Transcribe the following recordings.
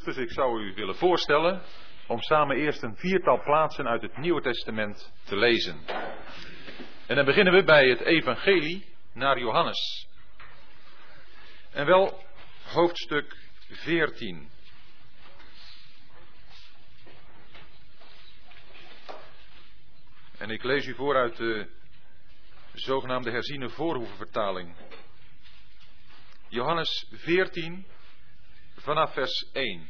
Dus ik zou u willen voorstellen om samen eerst een viertal plaatsen uit het Nieuwe Testament te lezen. En dan beginnen we bij het Evangelie naar Johannes. En wel hoofdstuk 14. En ik lees u voor uit de zogenaamde herziene voorhoevenvertaling. Johannes 14, vanaf vers 1.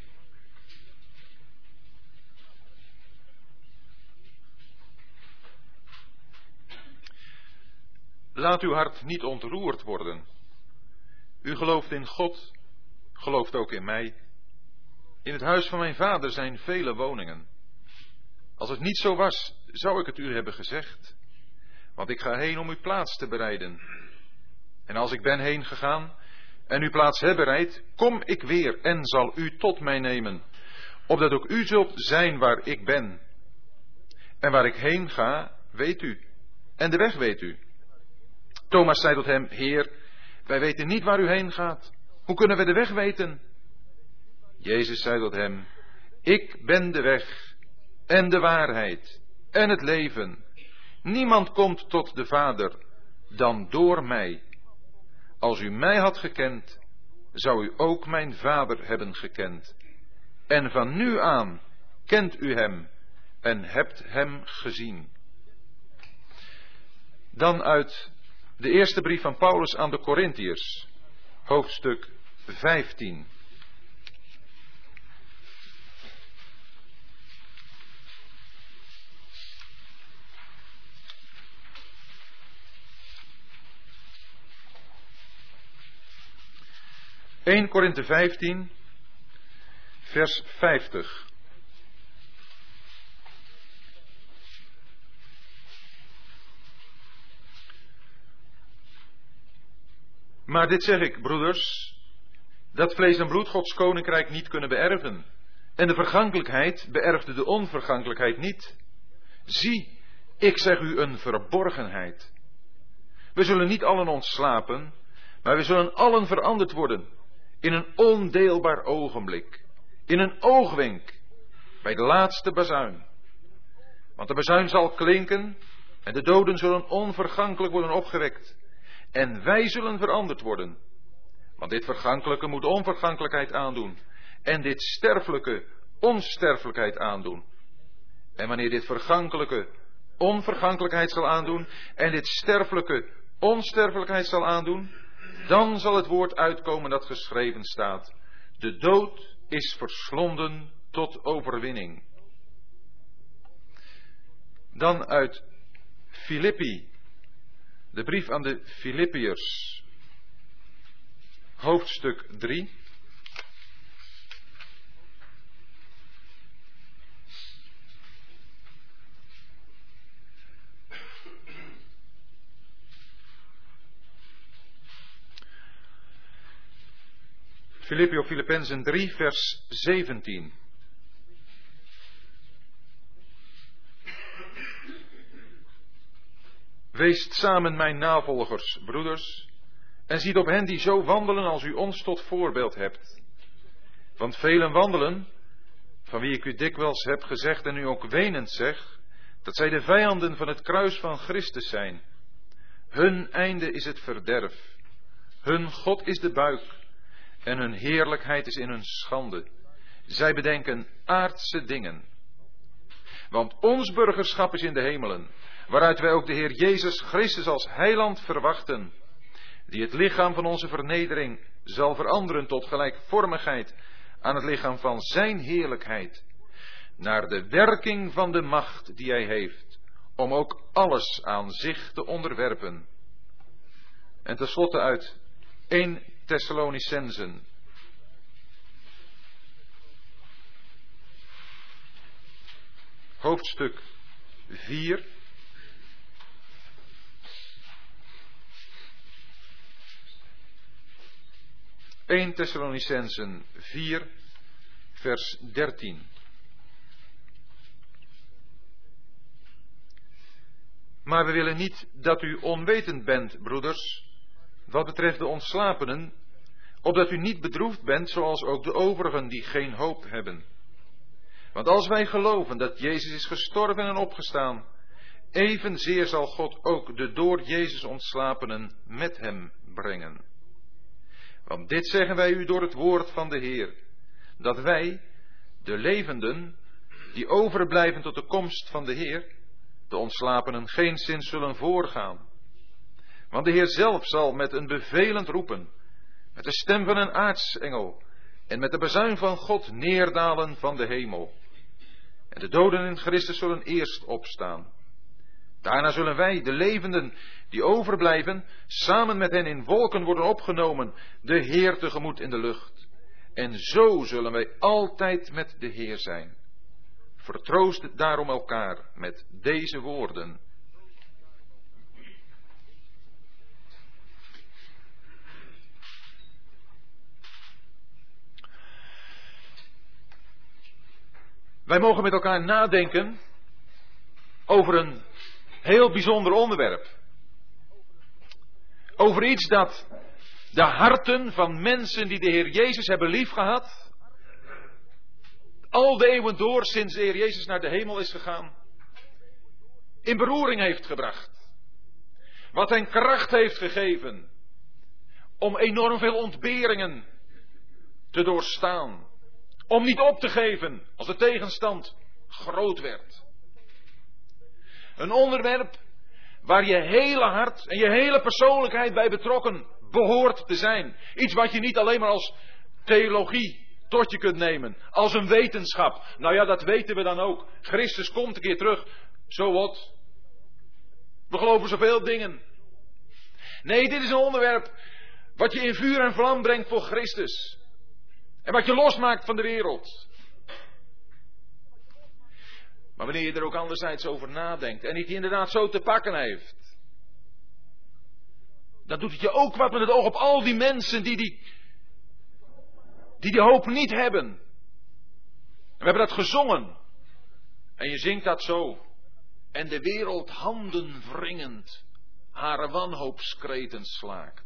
Laat uw hart niet ontroerd worden. U gelooft in God, gelooft ook in mij. In het huis van mijn vader zijn vele woningen. Als het niet zo was, zou ik het u hebben gezegd. Want ik ga heen om u plaats te bereiden. En als ik ben heen gegaan en u plaats heb bereid, kom ik weer en zal u tot mij nemen, opdat ook u zult zijn waar ik ben. En waar ik heen ga, weet u, en de weg weet u. Thomas zei tot hem, Heer, wij weten niet waar u heen gaat. Hoe kunnen we de weg weten? Jezus zei tot hem, ik ben de weg en de waarheid en het leven. Niemand komt tot de Vader dan door mij. Als u mij had gekend, zou u ook mijn Vader hebben gekend. En van nu aan kent u hem en hebt hem gezien. Dan uit de eerste brief van Paulus aan de Korintiërs, hoofdstuk 15. (1 Korinthe 15, vers 50). Maar dit zeg ik, broeders, dat vlees en bloed Gods koninkrijk niet kunnen beërven. En de vergankelijkheid beërfde de onvergankelijkheid niet. Zie, ik zeg u een verborgenheid. We zullen niet allen ontslapen, maar we zullen allen veranderd worden. In een ondeelbaar ogenblik. In een oogwenk. Bij de laatste bazuin. Want de bazuin zal klinken en de doden zullen onvergankelijk worden opgewekt. En wij zullen veranderd worden. Want dit vergankelijke moet onvergankelijkheid aandoen. En dit sterfelijke onsterfelijkheid aandoen. En wanneer dit vergankelijke onvergankelijkheid zal aandoen. En dit sterfelijke onsterfelijkheid zal aandoen. Dan zal het woord uitkomen dat geschreven staat. De dood is verslonden tot overwinning. Dan uit Filippi. De brief aan de Filippiërs, hoofdstuk 3. Filippi of Filippenzen 3, vers 17. Weest samen mijn navolgers, broeders, en ziet op hen die zo wandelen als u ons tot voorbeeld hebt. Want velen wandelen, van wie ik u dikwijls heb gezegd en u ook wenend zeg, dat zij de vijanden van het kruis van Christus zijn. Hun einde is het verderf, hun God is de buik, en hun heerlijkheid is in hun schande. Zij bedenken aardse dingen. Want ons burgerschap is in de hemelen, waaruit wij ook de Heer Jezus Christus als heiland verwachten, die het lichaam van onze vernedering zal veranderen tot gelijkvormigheid aan het lichaam van zijn heerlijkheid, naar de werking van de macht die hij heeft, om ook alles aan zich te onderwerpen. En tenslotte uit 1 Thessalonicenzen. Hoofdstuk 4. (1 Thessalonicenzen 4, vers 13). Maar we willen niet dat u onwetend bent, broeders, wat betreft de ontslapenen, opdat u niet bedroefd bent zoals ook de overigen die geen hoop hebben. Want als wij geloven dat Jezus is gestorven en opgestaan, evenzeer zal God ook de door Jezus ontslapenen met hem brengen. Want dit zeggen wij u door het woord van de Heer, dat wij, de levenden, die overblijven tot de komst van de Heer, de ontslapenen geenszins zullen voorgaan. Want de Heer zelf zal met een bevelend roepen, met de stem van een aartsengel en met de bazuin van God neerdalen van de hemel. En de doden in Christus zullen eerst opstaan. Daarna zullen wij, de levenden die overblijven, samen met hen in wolken worden opgenomen, de Heer tegemoet in de lucht. En zo zullen wij altijd met de Heer zijn. Vertroost daarom elkaar met deze woorden. Wij mogen met elkaar nadenken over een heel bijzonder onderwerp. Over iets dat de harten van mensen die de Heer Jezus hebben liefgehad, al de eeuwen door sinds de Heer Jezus naar de hemel is gegaan, in beroering heeft gebracht. Wat hen kracht heeft gegeven om enorm veel ontberingen te doorstaan. Om niet op te geven als de tegenstand groot werd. Een onderwerp waar je hele hart en je hele persoonlijkheid bij betrokken behoort te zijn. Iets wat je niet alleen maar als theologie tot je kunt nemen. Als een wetenschap. Nou ja, dat weten we dan ook. Christus komt een keer terug. So what? We geloven zoveel dingen. Nee, dit is een onderwerp wat je in vuur en vlam brengt voor Christus. En wat je losmaakt van de wereld. Maar wanneer je er ook anderzijds over nadenkt en het je inderdaad zo te pakken heeft, dan doet het je ook wat met het oog op al die mensen die hoop niet hebben. En we hebben dat gezongen. En je zingt dat zo. En de wereld handen wringend haar wanhoopskreten slaakt.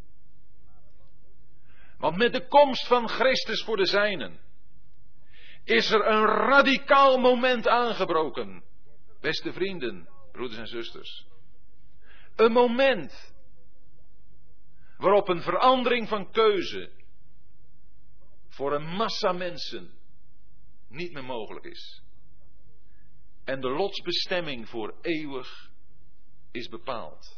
Want met de komst van Christus voor de zijnen is er een radicaal moment aangebroken. Beste vrienden, broeders en zusters. Een moment waarop een verandering van keuze voor een massa mensen niet meer mogelijk is. En de lotsbestemming voor eeuwig is bepaald.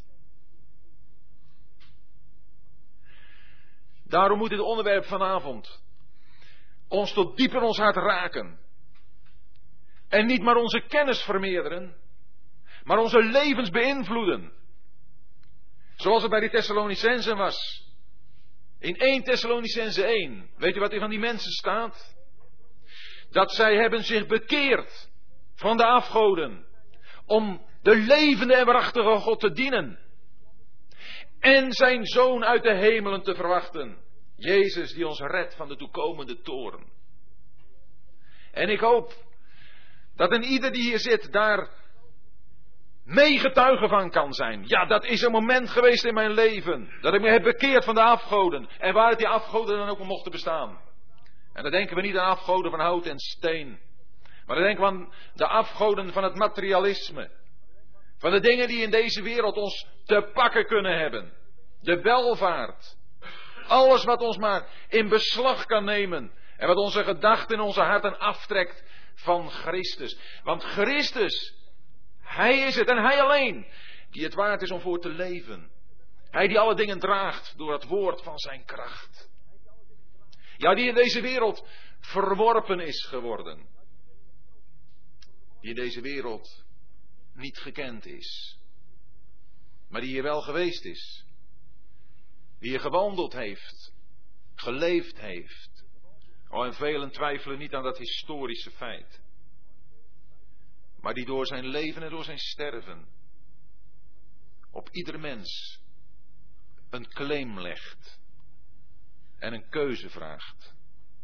Daarom moet dit onderwerp vanavond ons tot diep in ons hart raken. En niet maar onze kennis vermeerderen, maar onze levens beïnvloeden. Zoals het bij die Thessalonicenzen was. In 1 Thessalonicenzen 1, weet je wat er van die mensen staat? Dat zij hebben zich bekeerd van de afgoden om de levende en waarachtige God te dienen. En zijn Zoon uit de hemelen te verwachten. Jezus die ons redt van de toekomende toorn. En ik hoop dat een ieder die hier zit daar meegetuige van kan zijn. Ja, dat is een moment geweest in mijn leven. Dat ik me heb bekeerd van de afgoden. En waar het die afgoden dan ook maar mochten bestaan. En dan denken we niet aan afgoden van hout en steen. Maar dan denken we aan de afgoden van het materialisme. Van de dingen die in deze wereld ons te pakken kunnen hebben. De welvaart. Alles wat ons maar in beslag kan nemen. En wat onze gedachten en onze harten aftrekt van Christus. Want Christus, Hij is het en Hij alleen die het waard is om voor te leven. Hij die alle dingen draagt door het woord van zijn kracht. Ja, die in deze wereld verworpen is geworden. Die in deze wereld niet gekend is. Maar die hier wel geweest is. Die hier gewandeld heeft. Geleefd heeft. Oh, en velen twijfelen niet aan dat historische feit. Maar die door zijn leven en door zijn sterven op ieder mens een claim legt. En een keuze vraagt.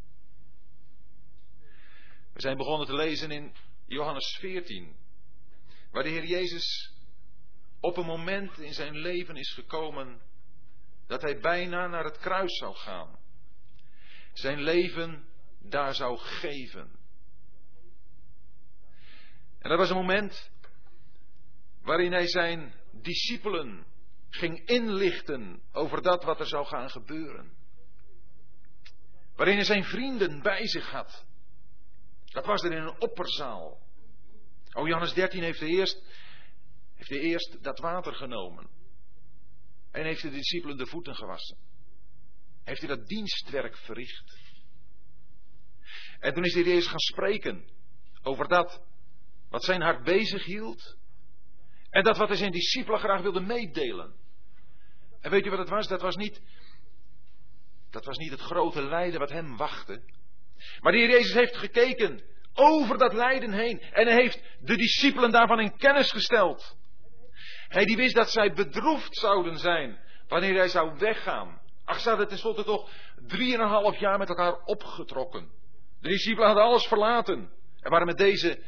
We zijn begonnen te lezen in Johannes 14. Waar de Heer Jezus op een moment in zijn leven is gekomen dat hij bijna naar het kruis zou gaan. zijn leven daar zou geven. En dat was een moment waarin hij zijn discipelen ging inlichten over dat wat er zou gaan gebeuren. Waarin hij zijn vrienden bij zich had. Dat was er in een opperzaal. Johannes 13 heeft hij eerst dat water genomen. En heeft de discipelen de voeten gewassen. Heeft hij dat dienstwerk verricht. En toen is hij Jezus gaan spreken over dat wat zijn hart bezig hield. En dat wat hij zijn discipelen graag wilde meedelen. En weet u wat het was? Dat was niet het grote lijden wat hem wachtte. Maar de Heer Jezus heeft gekeken over dat lijden heen. En hij heeft de discipelen daarvan in kennis gesteld. Hij die wist dat zij bedroefd zouden zijn wanneer hij zou weggaan. Ach, ze hadden tenslotte toch 3,5 jaar met elkaar opgetrokken. De discipelen hadden alles verlaten. En waren met deze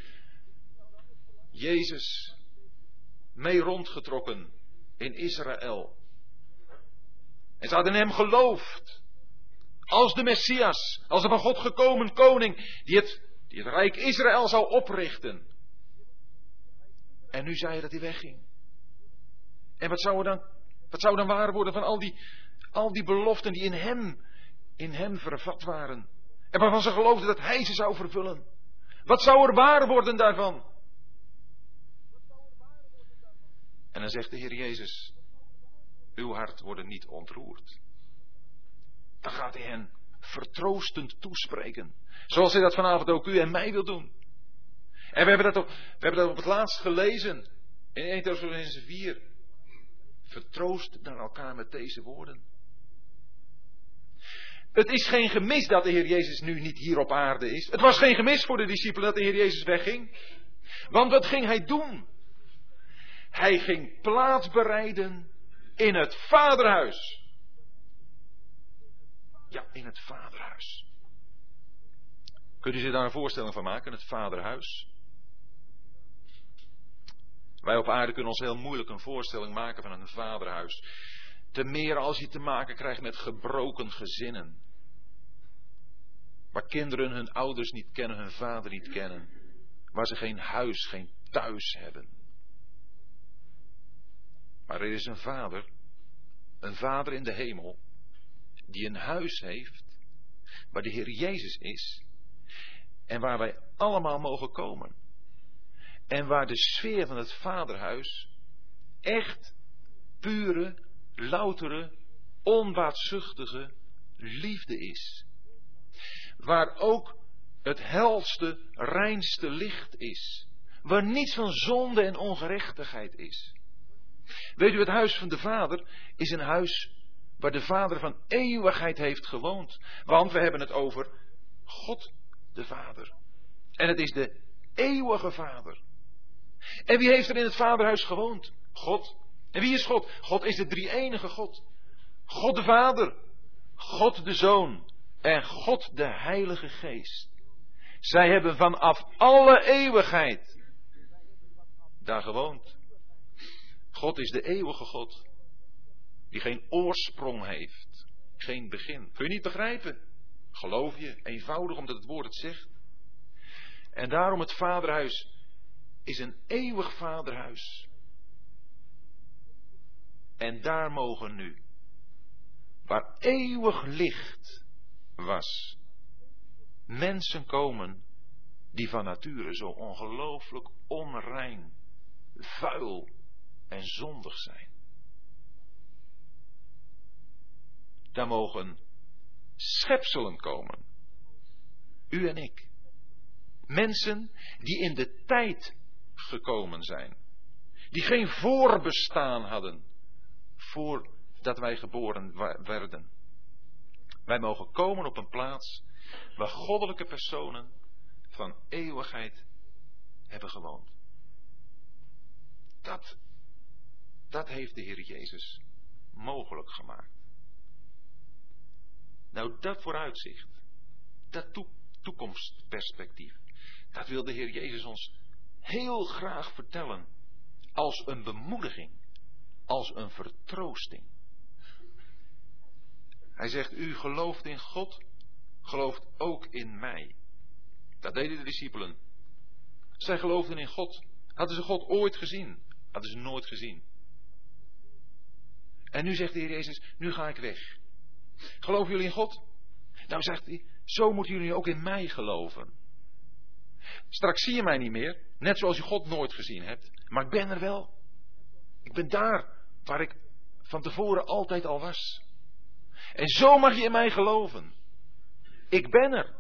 Jezus mee rondgetrokken in Israël. En ze hadden hem geloofd. Als de Messias. Als de van God gekomen koning. Die het rijk Israël zou oprichten. En nu zei hij dat hij wegging. En wat zou dan waar worden van al die beloften die in hem vervat waren. En waarvan ze geloofden dat hij ze zou vervullen. Wat zou er waar worden daarvan? En dan zegt de Heer Jezus, uw hart wordt niet ontroerd. Dan gaat hij hen vertroostend toespreken. Zoals hij dat vanavond ook u en mij wil doen. En we hebben dat op het laatst gelezen. In 1 Thessalonicenzen 4. Vertroost dan elkaar met deze woorden. Het is geen gemis dat de Heer Jezus nu niet hier op aarde is. Het was geen gemis voor de discipelen dat de Heer Jezus wegging. Want wat ging hij doen? Hij ging plaats bereiden in het Vaderhuis. Ja, in het Vaderhuis. Kunt u zich daar een voorstelling van maken, het Vaderhuis? Wij op aarde kunnen ons heel moeilijk een voorstelling maken van een vaderhuis. Te meer als je te maken krijgt met gebroken gezinnen. Waar kinderen hun ouders niet kennen, hun vader niet kennen. Waar ze geen huis, geen thuis hebben. Maar er is een vader in de hemel, die een huis heeft, waar de Heer Jezus is. En waar wij allemaal mogen komen. En waar de sfeer van het vaderhuis echt pure, loutere, onbaatzuchtige liefde is. Waar ook het helste, reinste licht is. Waar niets van zonde en ongerechtigheid is. Weet u, het huis van de Vader is een huis waar de Vader van eeuwigheid heeft gewoond. Want we hebben het over God de Vader. En het is de eeuwige Vader. En wie heeft er in het Vaderhuis gewoond? God. En wie is God? God is de drie-enige God. God de Vader, God de Zoon en God de Heilige Geest. Zij hebben vanaf alle eeuwigheid daar gewoond. God is de eeuwige God, die geen oorsprong heeft, geen begin. Kun je niet begrijpen? Geloof je, eenvoudig omdat het woord het zegt. En daarom het Vaderhuis is een eeuwig Vaderhuis. En daar mogen nu, waar eeuwig licht was, mensen komen die van nature zo ongelooflijk onrein, vuil en zondig zijn. Daar mogen schepselen komen. U en ik. Mensen die in de tijd gekomen zijn. Die geen voorbestaan hadden voordat wij geboren werden. Wij mogen komen op een plaats waar goddelijke personen van eeuwigheid hebben gewoond. Dat heeft de Heer Jezus mogelijk gemaakt. Nou, dat vooruitzicht, dat toekomstperspectief, dat wil de Heer Jezus ons heel graag vertellen als een bemoediging, als een vertroosting. Hij zegt, u gelooft in God, gelooft ook in mij. Dat deden de discipelen. Zij geloofden in God. Hadden ze God ooit gezien? Hadden ze nooit gezien. En nu zegt de Heer Jezus, nu ga ik weg. Geloven jullie in God? Nou zegt hij, zo moeten jullie ook in mij geloven. Straks zie je mij niet meer, net zoals je God nooit gezien hebt. Maar ik ben er wel. Ik ben daar waar ik van tevoren altijd al was. En zo mag je in mij geloven. Ik ben er.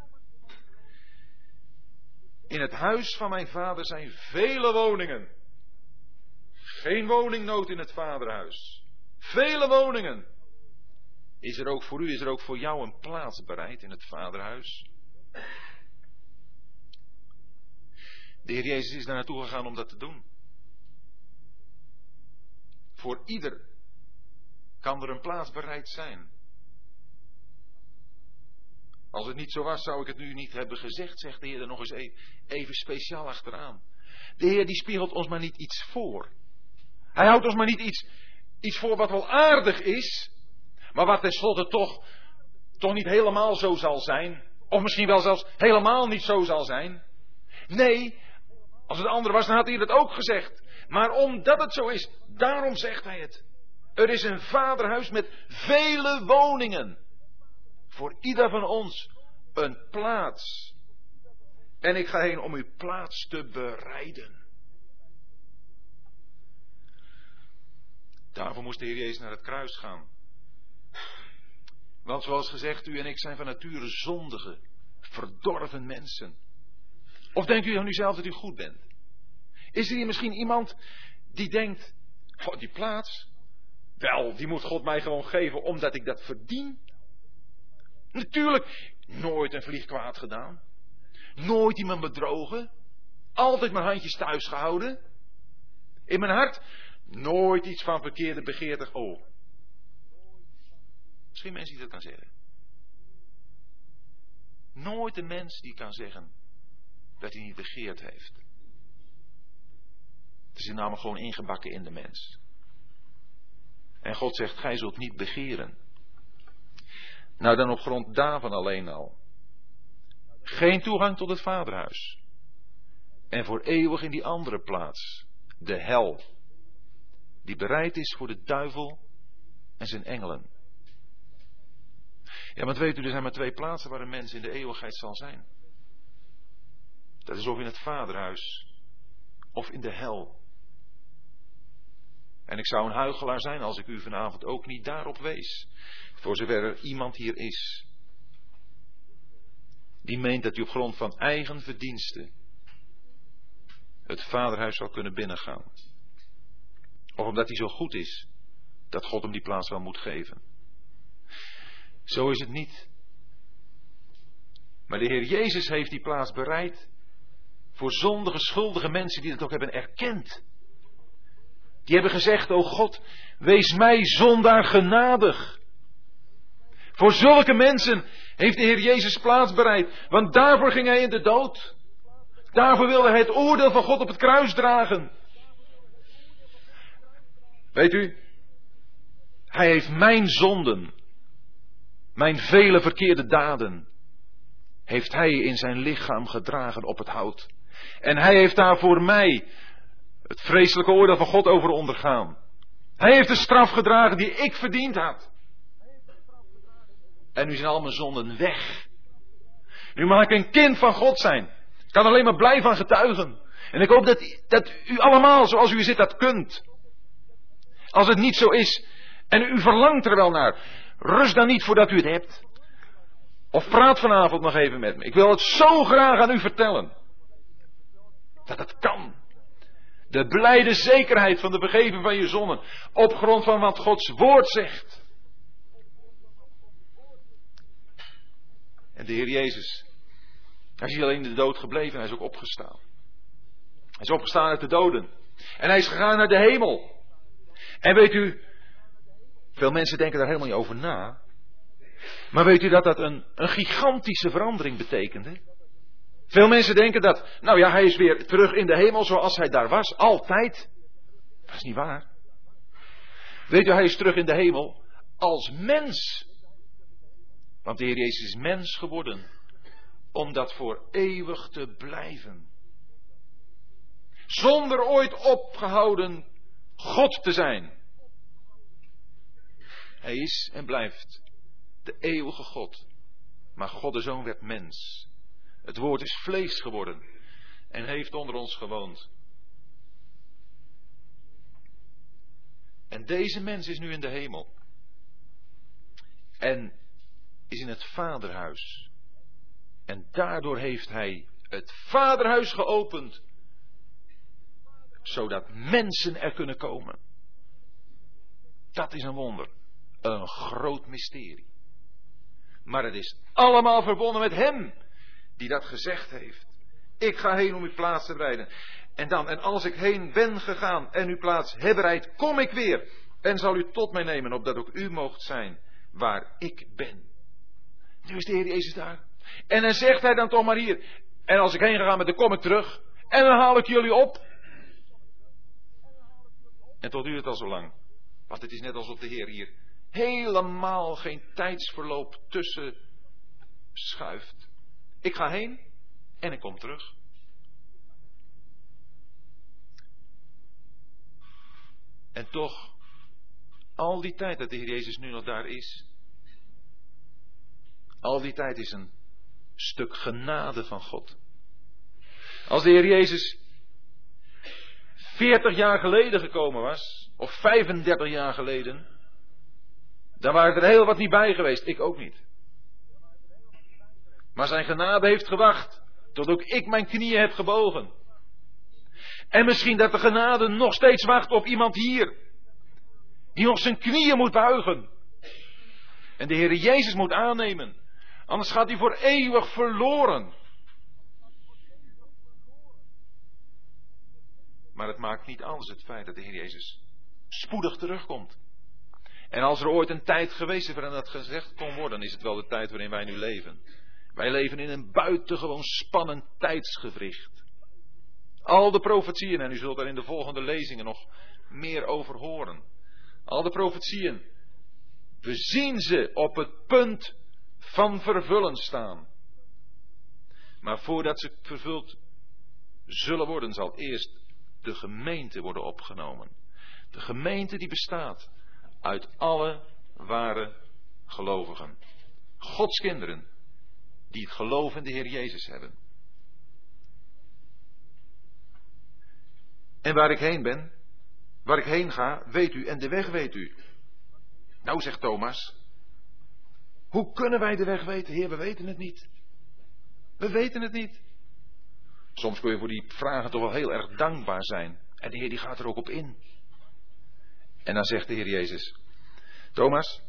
In het huis van mijn vader zijn vele woningen. Geen woningnood in het vaderhuis. Vele woningen. Is er ook voor u, is er ook voor jou een plaats bereid in het vaderhuis? De Heer Jezus is daar naartoe gegaan om dat te doen. Voor ieder kan er een plaats bereid zijn. Als het niet zo was, zou ik het nu niet hebben gezegd, zegt de Heer er nog eens even speciaal achteraan. De Heer die spiegelt ons maar niet iets voor. Hij houdt ons maar niet iets voor wat wel aardig is, maar wat tenslotte toch niet helemaal zo zal zijn. Of misschien wel zelfs helemaal niet zo zal zijn. Nee, als het ander was, dan had hij dat ook gezegd. Maar omdat het zo is, daarom zegt hij het. Er is een vaderhuis met vele woningen. Voor ieder van ons een plaats. En ik ga heen om uw plaats te bereiden. Daarvoor moest de Heer Jezus naar het kruis gaan. Want zoals gezegd, u en ik zijn van nature zondige, verdorven mensen. Of denkt u aan uzelf dat u goed bent? Is er hier misschien iemand die denkt, die plaats, wel, die moet God mij gewoon geven omdat ik dat verdien? Natuurlijk, nooit een vlieg kwaad gedaan. Nooit iemand bedrogen. Altijd mijn handjes thuis gehouden. In mijn hart, nooit iets van verkeerde begeerte. Oh. Misschien mensen die dat kan zeggen. Nooit een mens die kan zeggen dat hij niet begeerd heeft. Het is namelijk gewoon ingebakken in de mens. En God zegt, gij zult niet begeren. Nou, dan op grond daarvan alleen al. Geen toegang tot het vaderhuis. En voor eeuwig in die andere plaats. De hel. Die bereid is voor de duivel en zijn engelen. Ja, want weet u, er zijn maar twee plaatsen waar een mens in de eeuwigheid zal zijn. Dat is of in het vaderhuis of in de hel. En ik zou een huichelaar zijn als ik u vanavond ook niet daarop wees. Voor zover er iemand hier is. Die meent dat u op grond van eigen verdiensten het vaderhuis zal kunnen binnengaan. Of omdat hij zo goed is dat God hem die plaats wel moet geven. Zo is het niet. Maar de Heer Jezus heeft die plaats bereid voor zondige, schuldige mensen die het ook hebben erkend. Die hebben gezegd, o God, wees mij zondaar genadig. Voor zulke mensen heeft de Heer Jezus plaats bereid. Want daarvoor ging hij in de dood. Daarvoor wilde hij het oordeel van God op het kruis dragen. Weet u, hij heeft mijn zonden, mijn vele verkeerde daden, heeft hij in zijn lichaam gedragen op het hout. En hij heeft daar voor mij het vreselijke oordeel van God over ondergaan. Hij heeft de straf gedragen die ik verdiend had. En nu zijn al mijn zonden weg. Nu mag ik een kind van God zijn. Ik kan alleen maar blij van getuigen. En ik hoop dat u allemaal, zoals u zit, dat kunt. Als het niet zo is, en u verlangt er wel naar, rust dan niet voordat u het hebt. Of praat vanavond nog even met me. Ik wil het zo graag aan u vertellen. Dat het kan. De blijde zekerheid van de vergeving van je zonden. Op grond van wat Gods woord zegt. En de Heer Jezus, hij is niet alleen in de dood gebleven, hij is ook opgestaan. Hij is opgestaan uit de doden. En hij is gegaan naar de hemel. En weet u, veel mensen denken daar helemaal niet over na. Maar weet u dat dat een gigantische verandering betekende? Veel mensen denken dat, nou ja, hij is weer terug in de hemel zoals hij daar was, altijd. Dat is niet waar. Weet u, hij is terug in de hemel als mens. Want de Heer Jezus is mens geworden om dat voor eeuwig te blijven. Zonder ooit opgehouden God te zijn. Hij is en blijft de eeuwige God. Maar God de Zoon werd mens. Het woord is vlees geworden en heeft onder ons gewoond. En deze mens is nu in de hemel. En is in het vaderhuis. En daardoor heeft hij het vaderhuis geopend. Zodat mensen er kunnen komen. Dat is een wonder. Een groot mysterie. Maar het is allemaal verbonden met hem. Die dat gezegd heeft. Ik ga heen om uw plaats te bereiden. En als ik heen ben gegaan en uw plaats heb bereid, kom ik weer. En zal u tot mij nemen, opdat ook u moogt zijn waar ik ben. Nu is de Heer Jezus daar. En dan zegt hij dan toch maar hier. En als ik heen ga, dan kom ik terug. En dan haal ik jullie op. En tot duurt het al zo lang. Want het is net alsof de Heer hier helemaal geen tijdsverloop tussen schuift. Ik ga heen en ik kom terug. En toch, al die tijd dat de Heer Jezus nu nog daar is, al die tijd is een stuk genade van God. Als de Heer Jezus 40 jaar geleden gekomen was, of 35 jaar geleden, dan waren er heel wat niet bij geweest, ik ook niet. Maar zijn genade heeft gewacht, tot ook ik mijn knieën heb gebogen. En misschien dat de genade nog steeds wacht op iemand hier, die nog zijn knieën moet buigen. En de Heer Jezus moet aannemen, anders gaat hij voor eeuwig verloren. Maar het maakt niet anders het feit dat de Heer Jezus spoedig terugkomt. En als er ooit een tijd geweest is waarin dat gezegd kon worden, dan is het wel de tijd waarin wij nu leven. Wij leven in een buitengewoon spannend tijdsgewricht. Al de profetieën, en u zult daar in de volgende lezingen nog meer over horen. Al de profetieën, we zien ze op het punt van vervullen staan. Maar voordat ze vervuld zullen worden, zal eerst de gemeente worden opgenomen. De gemeente die bestaat uit alle ware gelovigen. Gods kinderen die het geloof in de Heer Jezus hebben. En waar ik heen ben, waar ik heen ga, weet u, en de weg weet u. Nou, zegt Thomas, hoe kunnen wij de weg weten? Heer, we weten het niet. We weten het niet. Soms kun je voor die vragen toch wel heel erg dankbaar zijn. En de Heer die gaat er ook op in. En dan zegt de Heer Jezus, Thomas,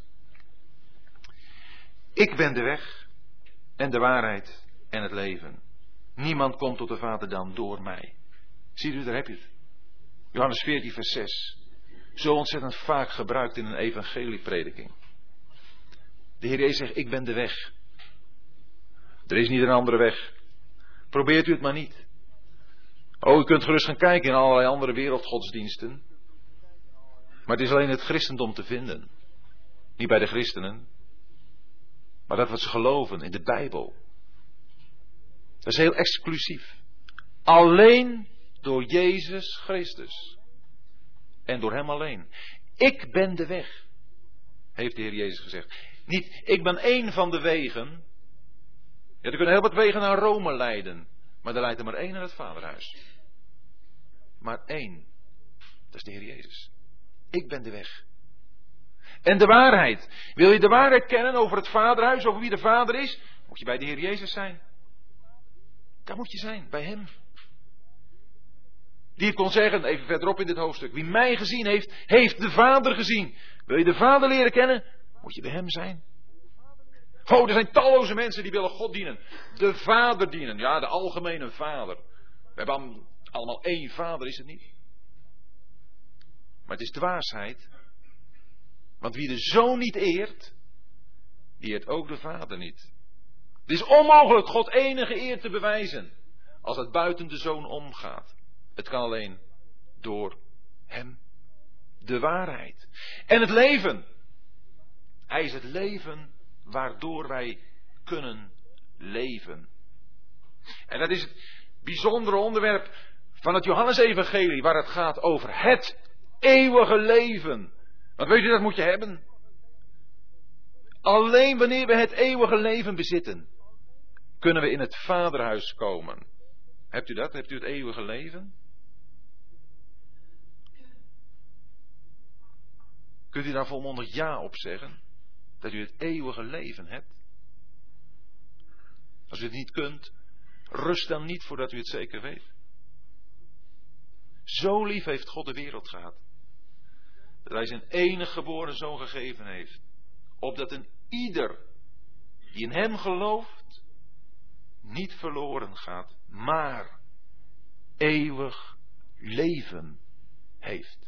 ik ben de weg en de waarheid en het leven. Niemand komt tot de Vader dan door mij. Ziet u, daar heb je het. Johannes 14 vers 6. Zo ontzettend vaak gebruikt in een evangelieprediking. De Heer Jezus zegt, ik ben de weg. Er is niet een andere weg. Probeert u het maar niet. Oh, u kunt gerust gaan kijken in allerlei andere wereldgodsdiensten. Maar het is alleen het christendom te vinden. Niet bij de christenen. Maar dat wat ze geloven in de Bijbel. Dat is heel exclusief. Alleen door Jezus Christus. En door hem alleen. Ik ben de weg. Heeft de Heer Jezus gezegd. Niet, ik ben één van de wegen. Ja, er kunnen heel wat wegen naar Rome leiden. Maar er leidt er maar één naar het Vaderhuis. Maar één. Dat is de Heer Jezus. Ik ben de weg. En de waarheid. Wil je de waarheid kennen over het Vaderhuis, over wie de Vader is? Moet je bij de Heer Jezus zijn. Daar moet je zijn, bij hem. Die het kon zeggen, even verderop in dit hoofdstuk. Wie mij gezien heeft, heeft de Vader gezien. Wil je de Vader leren kennen? Moet je bij hem zijn. Oh, er zijn talloze mensen die willen God dienen. De Vader dienen. Ja, de algemene Vader. We hebben allemaal één Vader, is het niet? Maar het is dwaasheid. Want wie de Zoon niet eert, die eert ook de Vader niet. Het is onmogelijk God enige eer te bewijzen als het buiten de Zoon omgaat. Het kan alleen door hem. De waarheid. En het leven. Hij is het leven waardoor wij kunnen leven. En dat is het bijzondere onderwerp van het Johannesevangelie, waar het gaat over het eeuwige leven. Want weet u, dat moet je hebben. Alleen wanneer we het eeuwige leven bezitten, kunnen we in het Vaderhuis komen. Hebt u dat? Hebt u het eeuwige leven? Kunt u daar volmondig ja op zeggen? Dat u het eeuwige leven hebt? Als u het niet kunt, rust dan niet voordat u het zeker weet. Zo lief heeft God de wereld gehad, dat hij zijn enige geboren zoon gegeven heeft, opdat een ieder die in hem gelooft, niet verloren gaat, maar eeuwig leven heeft.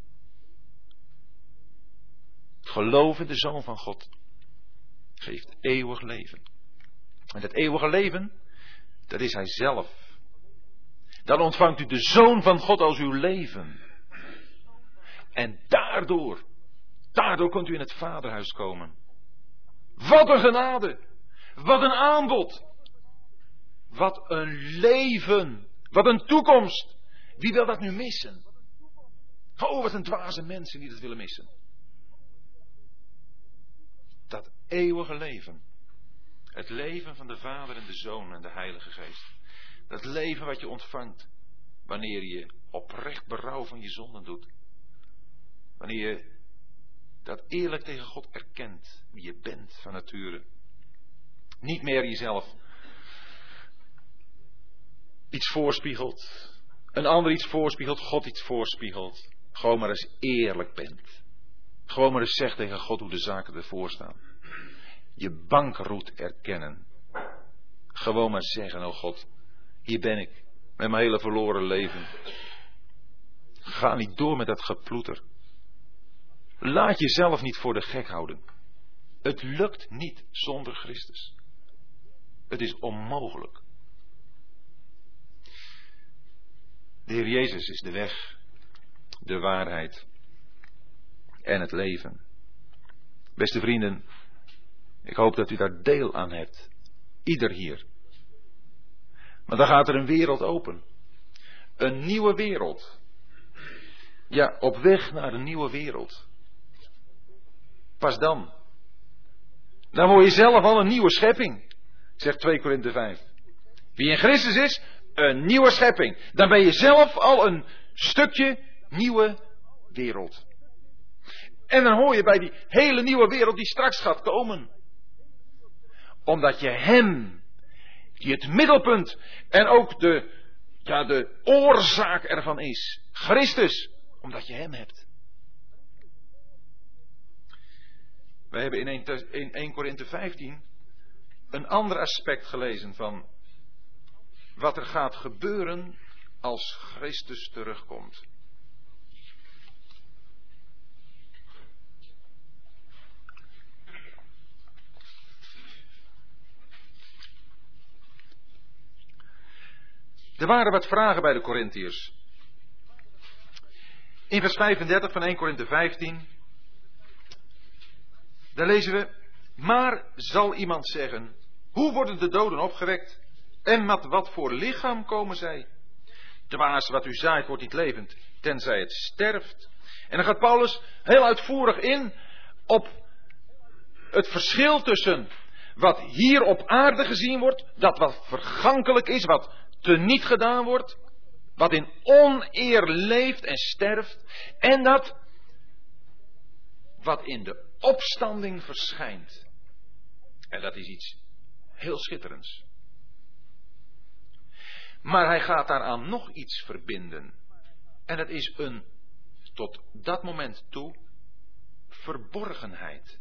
Het geloof in de Zoon van God geeft eeuwig leven. En dat eeuwige leven, dat is hij zelf. Dan ontvangt u de Zoon van God als uw leven. En daardoor kunt u in het Vaderhuis komen. Wat een genade! Wat een aanbod! Wat een leven! Wat een toekomst! Wie wil dat nu missen? Oh, wat een dwaze mensen die dat willen missen. Dat eeuwige leven. Het leven van de Vader en de Zoon en de Heilige Geest. Dat leven wat je ontvangt wanneer je oprecht berouw van je zonden doet. Wanneer je dat eerlijk tegen God erkent, wie je bent van nature. Niet meer jezelf iets voorspiegelt, een ander iets voorspiegelt, God iets voorspiegelt. Gewoon maar eens eerlijk bent. Gewoon maar eens zegt tegen God hoe de zaken ervoor staan. Je bankroet erkennen. Gewoon maar zeggen, oh God, hier ben ik, met mijn hele verloren leven. Ga niet door met dat geploeter. Laat jezelf niet voor de gek houden. Het lukt niet zonder Christus. Het is onmogelijk. De Heer Jezus is de weg, de waarheid en het leven. Beste vrienden, ik hoop dat u daar deel aan hebt. Ieder hier. Maar dan gaat er een wereld open. Een nieuwe wereld. Ja, op weg naar een nieuwe wereld. Pas dan. Dan word je zelf al een nieuwe schepping. Zegt 2 Korinthe 5. Wie in Christus is, een nieuwe schepping. Dan ben je zelf al een stukje nieuwe wereld. En dan hoor je bij die hele nieuwe wereld die straks gaat komen. Omdat je hem, die het middelpunt en ook de oorzaak ervan is. Christus, omdat je hem hebt. Wij hebben in 1 Korinthe 15 een ander aspect gelezen van wat er gaat gebeuren als Christus terugkomt. Er waren wat vragen bij de Korintiërs. In vers 35 van 1 Korinthe 15. Daar lezen we. Maar zal iemand zeggen. Hoe worden de doden opgewekt? En met wat voor lichaam komen zij? Dwaas, wat u zaait wordt niet levend. Tenzij het sterft. En dan gaat Paulus heel uitvoerig in op het verschil tussen wat hier op aarde gezien wordt. Dat wat vergankelijk is. Wat teniet gedaan wordt. Wat in oneer leeft en sterft. En dat wat in de opstanding verschijnt. En dat is iets heel schitterends. Maar hij gaat daaraan nog iets verbinden. En dat is een, tot dat moment toe, verborgenheid.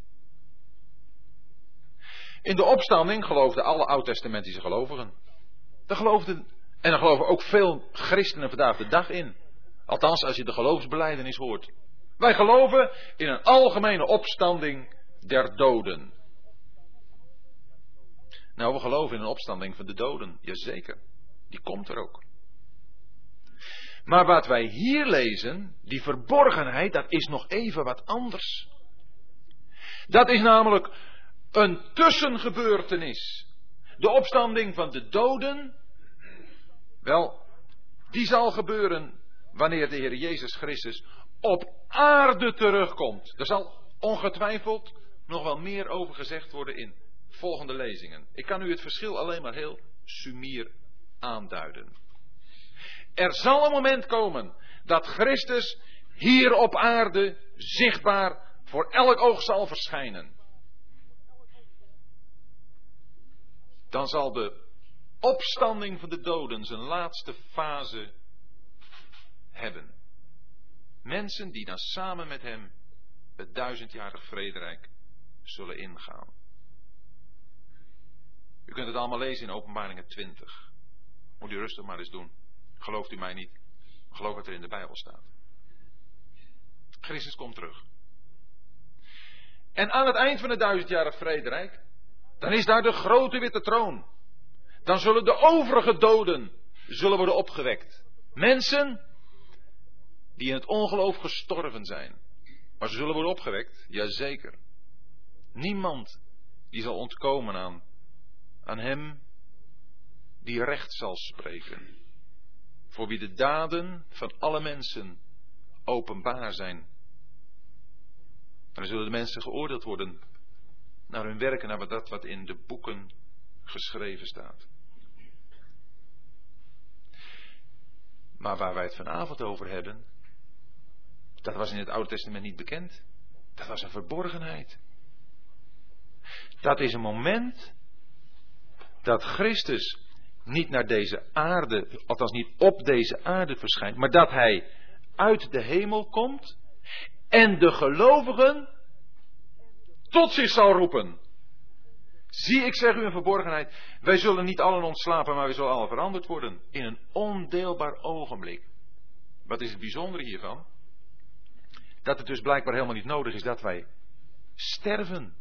In de opstanding geloofden alle oud-testamentische gelovigen. Daar geloven ook veel christenen vandaag de dag in. Althans, als je de geloofsbelijdenis hoort. Wij geloven in een algemene opstanding der doden. Nou, we geloven in een opstanding van de doden. Jazeker. Die komt er ook. Maar wat wij hier lezen, die verborgenheid, dat is nog even wat anders. Dat is namelijk een tussengebeurtenis. De opstanding van de doden, wel, die zal gebeuren wanneer de Heer Jezus Christus op aarde terugkomt. Er zal ongetwijfeld nog wel meer over gezegd worden in volgende lezingen. Ik kan u het verschil alleen maar heel sumier aanduiden. Er zal een moment komen dat Christus hier op aarde zichtbaar voor elk oog zal verschijnen. Dan zal de opstanding van de doden zijn laatste fase hebben. Mensen die dan samen met hem het 1000-jarig vrederijk zullen ingaan. U kunt het allemaal lezen in Openbaringen 20. Moet u rustig maar eens doen. Gelooft u mij niet? Geloof wat er in de Bijbel staat. Christus komt terug. En aan het eind van het 1000-jarig vrederijk, dan is daar de grote witte troon. Dan zullen de overige doden worden opgewekt. Mensen die in het ongeloof gestorven zijn. Maar ze zullen worden opgewekt, jazeker. Niemand die zal ontkomen aan hem die recht zal spreken. Voor wie de daden van alle mensen openbaar zijn. En dan zullen de mensen geoordeeld worden naar hun werken, naar dat wat in de boeken geschreven staat. Maar waar wij het vanavond over hebben, dat was in het Oude Testament niet bekend. Dat was een verborgenheid. Dat is een moment dat Christus niet naar deze aarde, althans niet op deze aarde verschijnt, maar dat hij uit de hemel komt en de gelovigen tot zich zal roepen. Zie, ik zeg u een verborgenheid, wij zullen niet allen ontslapen, maar wij zullen allen veranderd worden in een ondeelbaar ogenblik. Wat is het bijzondere hiervan? Dat het dus blijkbaar helemaal niet nodig is dat wij sterven.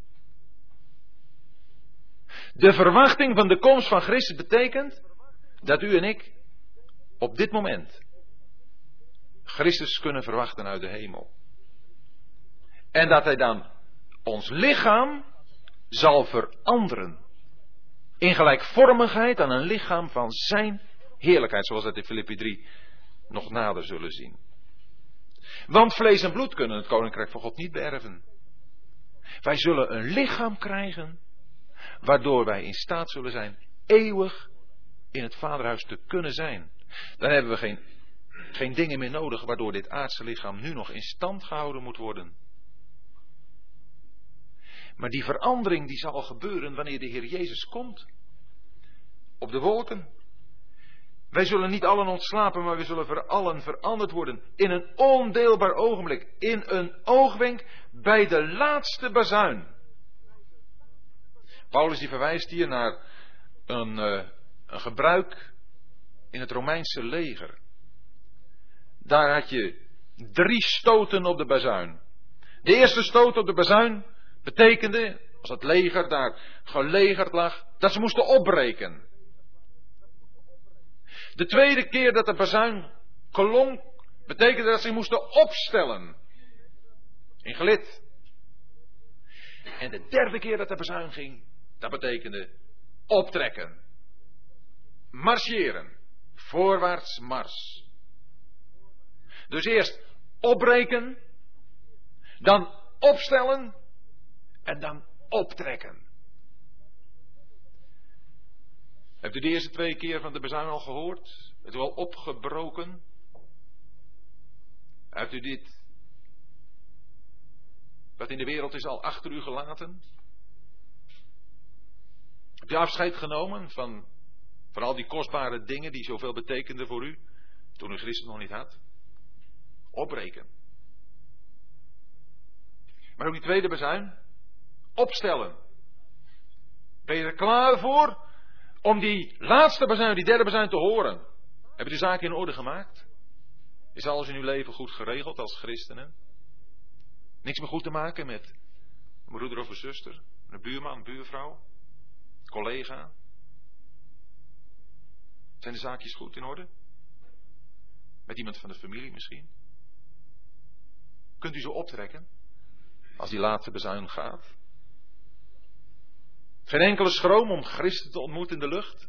De verwachting van de komst van Christus betekent dat u en ik op dit moment Christus kunnen verwachten uit de hemel. En dat hij dan ons lichaam zal veranderen. In gelijkvormigheid aan een lichaam van zijn heerlijkheid. Zoals we dat in Filippi 3 nog nader zullen zien. Want vlees en bloed kunnen het koninkrijk van God niet beërven. Wij zullen een lichaam krijgen waardoor wij in staat zullen zijn eeuwig in het vaderhuis te kunnen zijn. Dan hebben we geen dingen meer nodig waardoor dit aardse lichaam nu nog in stand gehouden moet worden. Maar die verandering die zal gebeuren wanneer de Heer Jezus komt. Op de wolken. Wij zullen niet allen ontslapen, maar we zullen voor allen veranderd worden. In een ondeelbaar ogenblik. In een oogwenk bij de laatste bazuin. Paulus die verwijst hier naar een gebruik in het Romeinse leger. Daar had je 3 stoten op de bazuin. De eerste stoot op de bazuin betekende, als het leger daar gelegerd lag, dat ze moesten opbreken. De tweede keer dat de bazuin klonk, betekende dat ze moesten opstellen. In gelid. En de derde keer dat de bazuin ging, dat betekende optrekken. Marcheren. Voorwaarts mars. Dus eerst opbreken, dan opstellen en dan optrekken. Hebt u de eerste 2 keer van de bazuin al gehoord? Het is wel opgebroken. Hebt u dit, wat in de wereld is, al achter u gelaten? Heb je afscheid genomen van al die kostbare dingen die zoveel betekenden voor u, toen u Christus nog niet had? Opbreken. Maar ook die tweede bazuin. Opstellen. Ben je er klaar voor om die laatste bazuin, die derde bazuin te horen? Heb je de zaak in orde gemaakt? Is alles in uw leven goed geregeld als christenen? Niks meer goed te maken met een broeder of een zuster, een buurman, buurvrouw, collega? Zijn de zaakjes goed in orde? Met iemand van de familie misschien? Kunt u zo optrekken als die laatste bazuin gaat? Geen enkele schroom om Christus te ontmoeten in de lucht.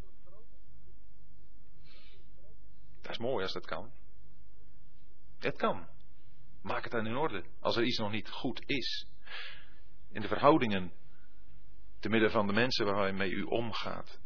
Dat is mooi als dat kan. Het kan. Maak het dan in orde als er iets nog niet goed is. In de verhoudingen te midden van de mensen waarmee u omgaat.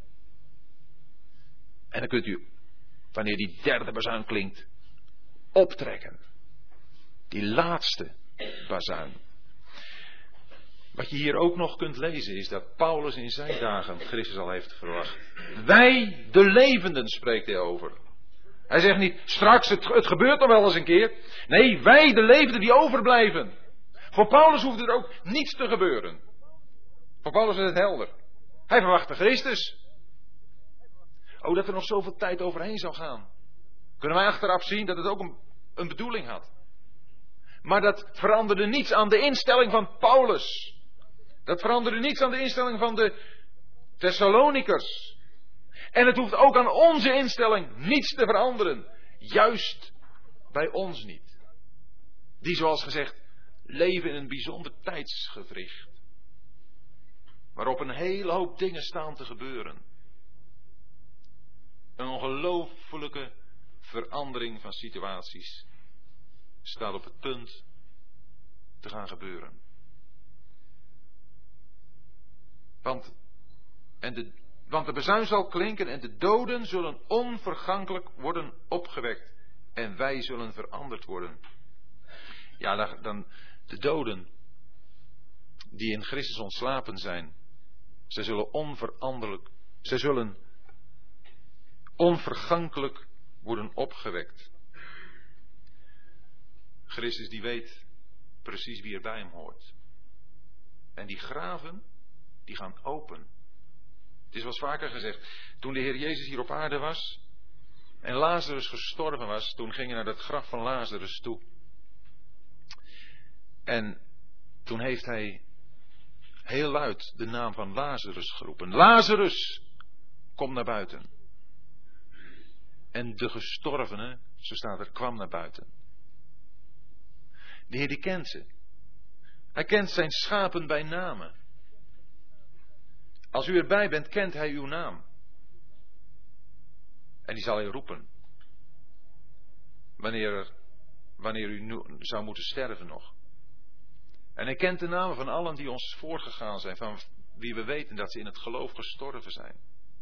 En dan kunt u, wanneer die derde bazuin klinkt, optrekken. Die laatste bazuin. Wat je hier ook nog kunt lezen is dat Paulus in zijn dagen Christus al heeft verwacht. Wij, de levenden, spreekt hij over. Hij zegt niet, straks, het gebeurt nog wel eens een keer. Nee, wij, de levenden die overblijven. Voor Paulus hoeft er ook niets te gebeuren. Voor Paulus is het helder. Hij verwachtte Christus. Oh, dat er nog zoveel tijd overheen zou gaan. Kunnen wij achteraf zien dat het ook een bedoeling had. Maar dat veranderde niets aan de instelling van Paulus. Dat veranderde niets aan de instelling van de Thessalonikers. En het hoeft ook aan onze instelling niets te veranderen. Juist bij ons niet. Die, zoals gezegd, leven in een bijzonder tijdsgewricht. Waarop een hele hoop dingen staan te gebeuren. Een ongelooflijke verandering van situaties staat op het punt te gaan gebeuren. Want de bazuin zal klinken en de doden zullen onvergankelijk worden opgewekt. En wij zullen veranderd worden. Ja, dan de doden die in Christus ontslapen zijn. Zij zullen onvergankelijk worden opgewekt. Christus die weet precies wie er bij hem hoort. En die graven, die gaan open. Het is wel eens vaker gezegd. Toen de Heer Jezus hier op aarde was en Lazarus gestorven was, toen ging hij naar het graf van Lazarus toe. En toen heeft hij heel luid de naam van Lazarus geroepen. Lazarus, kom naar buiten. En de gestorvene, zo staat er, kwam naar buiten. De Heer die kent ze. Hij kent zijn schapen bij namen. Als u erbij bent, kent hij uw naam. En die zal hij roepen. Wanneer u zou moeten sterven nog. En hij kent de namen van allen die ons voorgegaan zijn. Van wie we weten dat ze in het geloof gestorven zijn.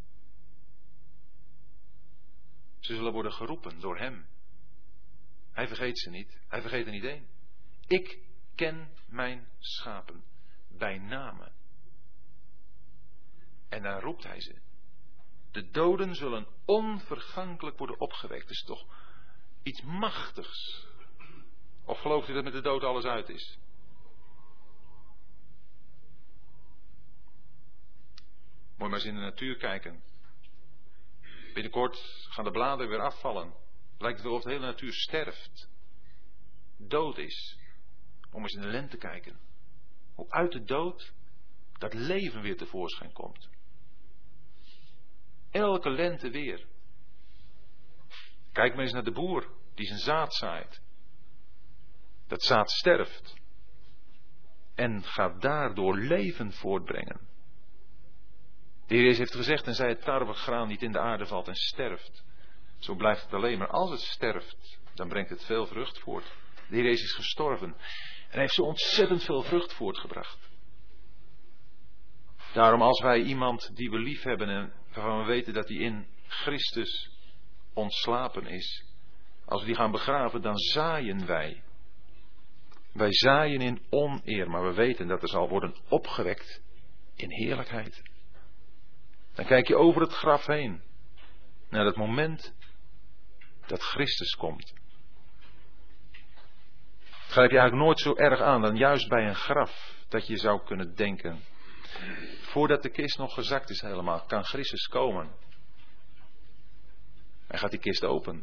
Ze zullen worden geroepen door hem. Hij vergeet ze niet. Hij vergeet er niet één. Ik ken mijn schapen bij namen. En dan roept hij ze. De doden zullen onvergankelijk worden opgewekt. Dat is toch iets machtigs. Of gelooft u dat met de dood alles uit is? Moet je maar eens in de natuur kijken. Binnenkort gaan de bladeren weer afvallen. Lijkt het wel of de hele natuur sterft. Dood is. Om eens in de lente te kijken. Hoe uit de dood dat leven weer tevoorschijn komt. Elke lente weer. Kijk maar eens naar de boer die zijn zaad zaait. Dat zaad sterft. En gaat daardoor leven voortbrengen. De Heer Jezus heeft gezegd, tenzij het tarwegraan niet in de aarde valt en sterft. Zo blijft het alleen, maar als het sterft, dan brengt het veel vrucht voort. De Heer Jezus is gestorven. En hij heeft zo ontzettend veel vrucht voortgebracht. Daarom als wij iemand die we lief hebben en waarvan we weten dat hij in Christus ontslapen is. Als we die gaan begraven, dan zaaien wij. Wij zaaien in oneer, maar we weten dat er zal worden opgewekt in heerlijkheid. Dan kijk je over het graf heen. Naar het moment dat Christus komt. Het grijp je eigenlijk nooit zo erg aan dan juist bij een graf. Dat je zou kunnen denken. Voordat de kist nog gezakt is helemaal, kan Christus komen. En gaat die kist open.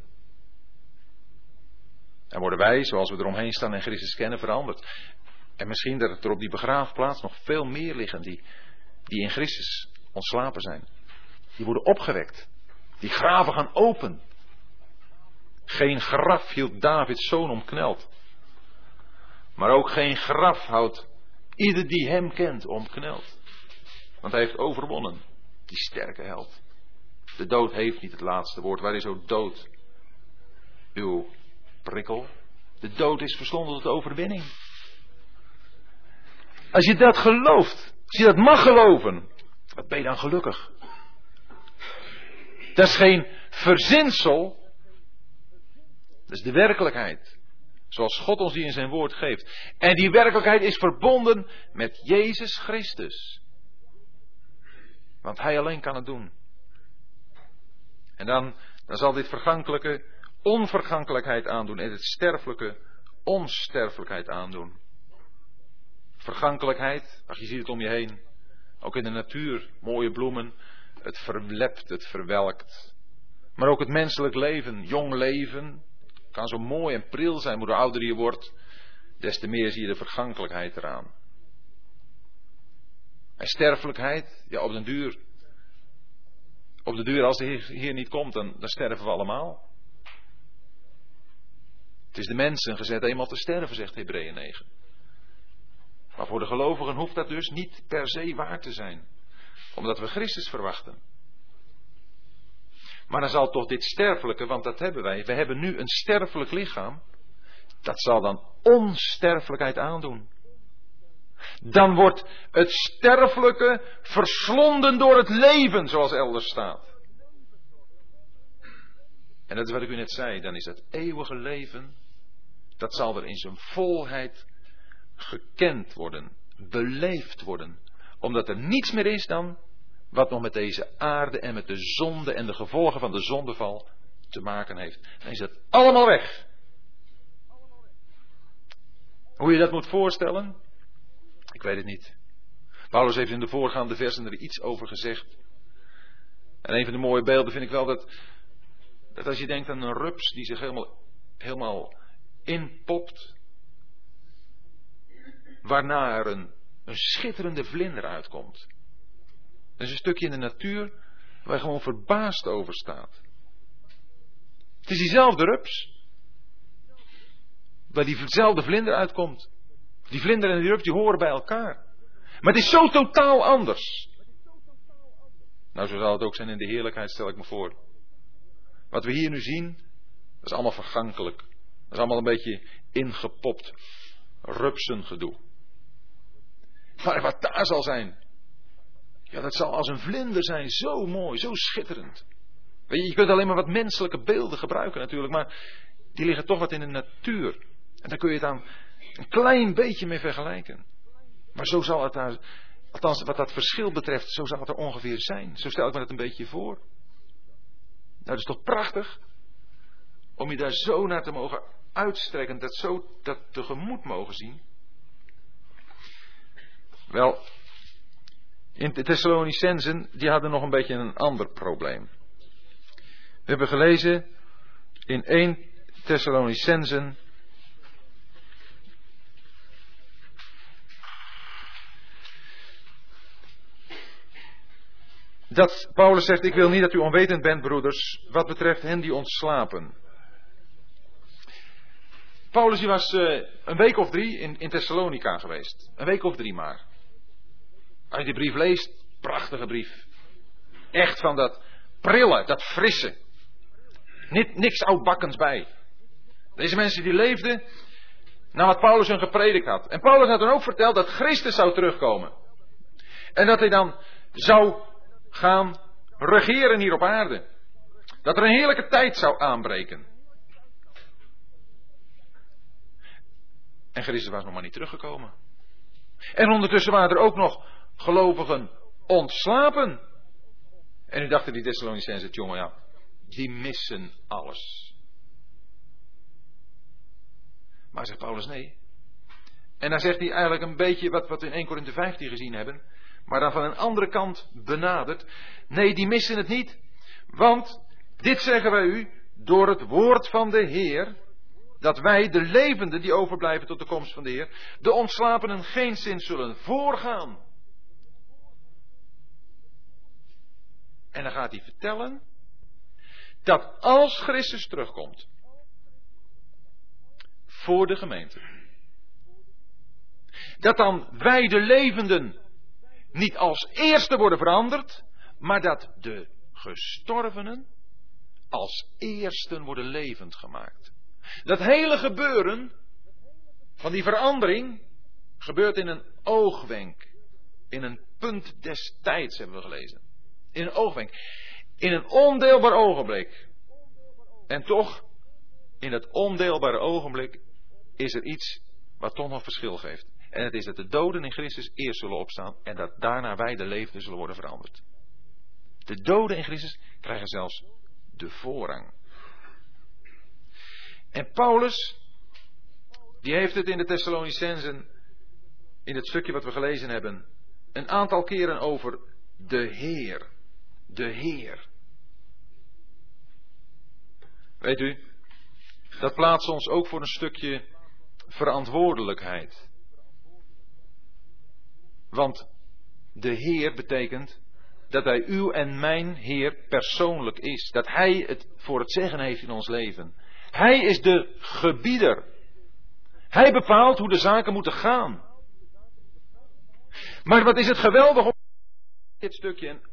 En worden wij, zoals we eromheen staan en Christus kennen, veranderd. En misschien dat er op die begraafplaats nog veel meer liggen die in Christus ontslapen zijn. Die worden opgewekt. Die graven gaan open. Geen graf hield Davids zoon omkneld. Maar ook geen graf houdt ieder die hem kent omkneld. Want hij heeft overwonnen. Die sterke held. De dood heeft niet het laatste woord. Waar is ook dood? Uw prikkel. De dood is verslonden tot de overwinning. Als je dat gelooft. Als je dat mag geloven. Wat ben je dan gelukkig? Dat is geen verzinsel. Dat is de werkelijkheid. Zoals God ons die in zijn woord geeft. En die werkelijkheid is verbonden met Jezus Christus. Want hij alleen kan het doen. En dan zal dit vergankelijke onvergankelijkheid aandoen. En het sterfelijke onsterfelijkheid aandoen. Vergankelijkheid, ach, je ziet het om je heen. Ook in de natuur, mooie bloemen. Het verlept, het verwelkt. Maar ook het menselijk leven, jong leven. Kan zo mooi en pril zijn, maar hoe ouder je wordt, des te meer zie je de vergankelijkheid eraan. En sterfelijkheid, ja, op den duur. Op de duur, als de Heer niet komt, dan sterven we allemaal. Het is de mensen gezet eenmaal te sterven, zegt Hebreeën 9. Maar voor de gelovigen hoeft dat dus niet per se waar te zijn. Omdat we Christus verwachten. Maar dan zal toch dit sterfelijke, want dat hebben wij. We hebben nu een sterfelijk lichaam. Dat zal dan onsterfelijkheid aandoen. Dan wordt het sterfelijke verslonden door het leven, zoals elders staat. En dat is wat ik u net zei. Dan is het eeuwige leven, dat zal er in zijn volheid gekend worden. Beleefd worden. Omdat er niets meer is dan wat nog met deze aarde en met de zonde en de gevolgen van de zondeval te maken heeft. Dan is dat allemaal weg. Hoe je dat moet voorstellen? Ik weet het niet. Paulus heeft in de voorgaande versen er iets over gezegd. En een van de mooie beelden vind ik wel dat als je denkt aan een rups die zich helemaal inpopt. Waarna er een schitterende vlinder uitkomt. Dat is een stukje in de natuur waar je gewoon verbaasd over staat. Het is diezelfde rups. Waar diezelfde vlinder uitkomt. Die vlinder en die rups die horen bij elkaar. Maar het is zo totaal anders. Nou, zo zal het ook zijn in de heerlijkheid, stel ik me voor. Wat we hier nu zien, dat is allemaal vergankelijk. Dat is allemaal een beetje ingepopt rupsengedoe. Maar wat daar zal zijn, ja, dat zal als een vlinder zijn, zo mooi, zo schitterend. Weet je, je kunt alleen maar wat menselijke beelden gebruiken natuurlijk, maar die liggen toch wat in de natuur. En daar kun je het aan een klein beetje mee vergelijken. Maar zo zal het daar, althans wat dat verschil betreft, zo zal het er ongeveer zijn. Zo stel ik me dat een beetje voor. Nou, dat is toch prachtig om je daar zo naar te mogen uitstrekken, dat tegemoet mogen zien. Wel, in de Thessalonicenzen, die hadden nog een beetje een ander probleem. We hebben gelezen in 1 Thessalonicenzen dat Paulus zegt, ik wil niet dat u onwetend bent, broeders, wat betreft hen die ontslapen. Paulus die was een week of 3 in Thessalonica geweest. Een week of 3 maar. Als je die brief leest, prachtige brief. Echt van dat prille, dat frisse. Niks oudbakkens bij. Deze mensen die leefden naar wat Paulus hun gepredikt had. En Paulus had dan ook verteld dat Christus zou terugkomen. En dat hij dan zou gaan regeren hier op aarde. Dat er een heerlijke tijd zou aanbreken. En Christus was nog maar niet teruggekomen. En ondertussen waren er ook nog gelovigen ontslapen. En nu dachten die Thessalonicenzen, jongen, ja, die missen alles. Maar zegt Paulus, nee. En dan zegt hij eigenlijk een beetje wat we in 1 Korinthe 15 gezien hebben. Maar dan van een andere kant benaderd. Nee, die missen het niet. Want, dit zeggen wij u, door het woord van de Heer, dat wij, de levenden die overblijven tot de komst van de Heer, de ontslapenen geenszins zullen voorgaan. En dan gaat hij vertellen dat als Christus terugkomt voor de gemeente, dat dan wij de levenden niet als eerste worden veranderd, maar dat de gestorvenen als eersten worden levend gemaakt. Dat hele gebeuren van die verandering gebeurt in een oogwenk. In een punt des tijds, hebben we gelezen. In een oogwenk. In een ondeelbaar ogenblik. En toch, in dat ondeelbare ogenblik is er iets wat toch nog verschil geeft. En het is dat de doden in Christus eerst zullen opstaan en dat daarna wij de levenden zullen worden veranderd. De doden in Christus krijgen zelfs de voorrang. En Paulus, die heeft het in de Thessalonicenzen, in het stukje wat we gelezen hebben, een aantal keren over de Heer. De Heer. Weet u, dat plaatst ons ook voor een stukje verantwoordelijkheid. Want de Heer betekent dat Hij uw en mijn Heer persoonlijk is. Dat Hij het voor het zeggen heeft in ons leven. Hij is de gebieder. Hij bepaalt hoe de zaken moeten gaan. Maar wat is het geweldig om dit stukje, en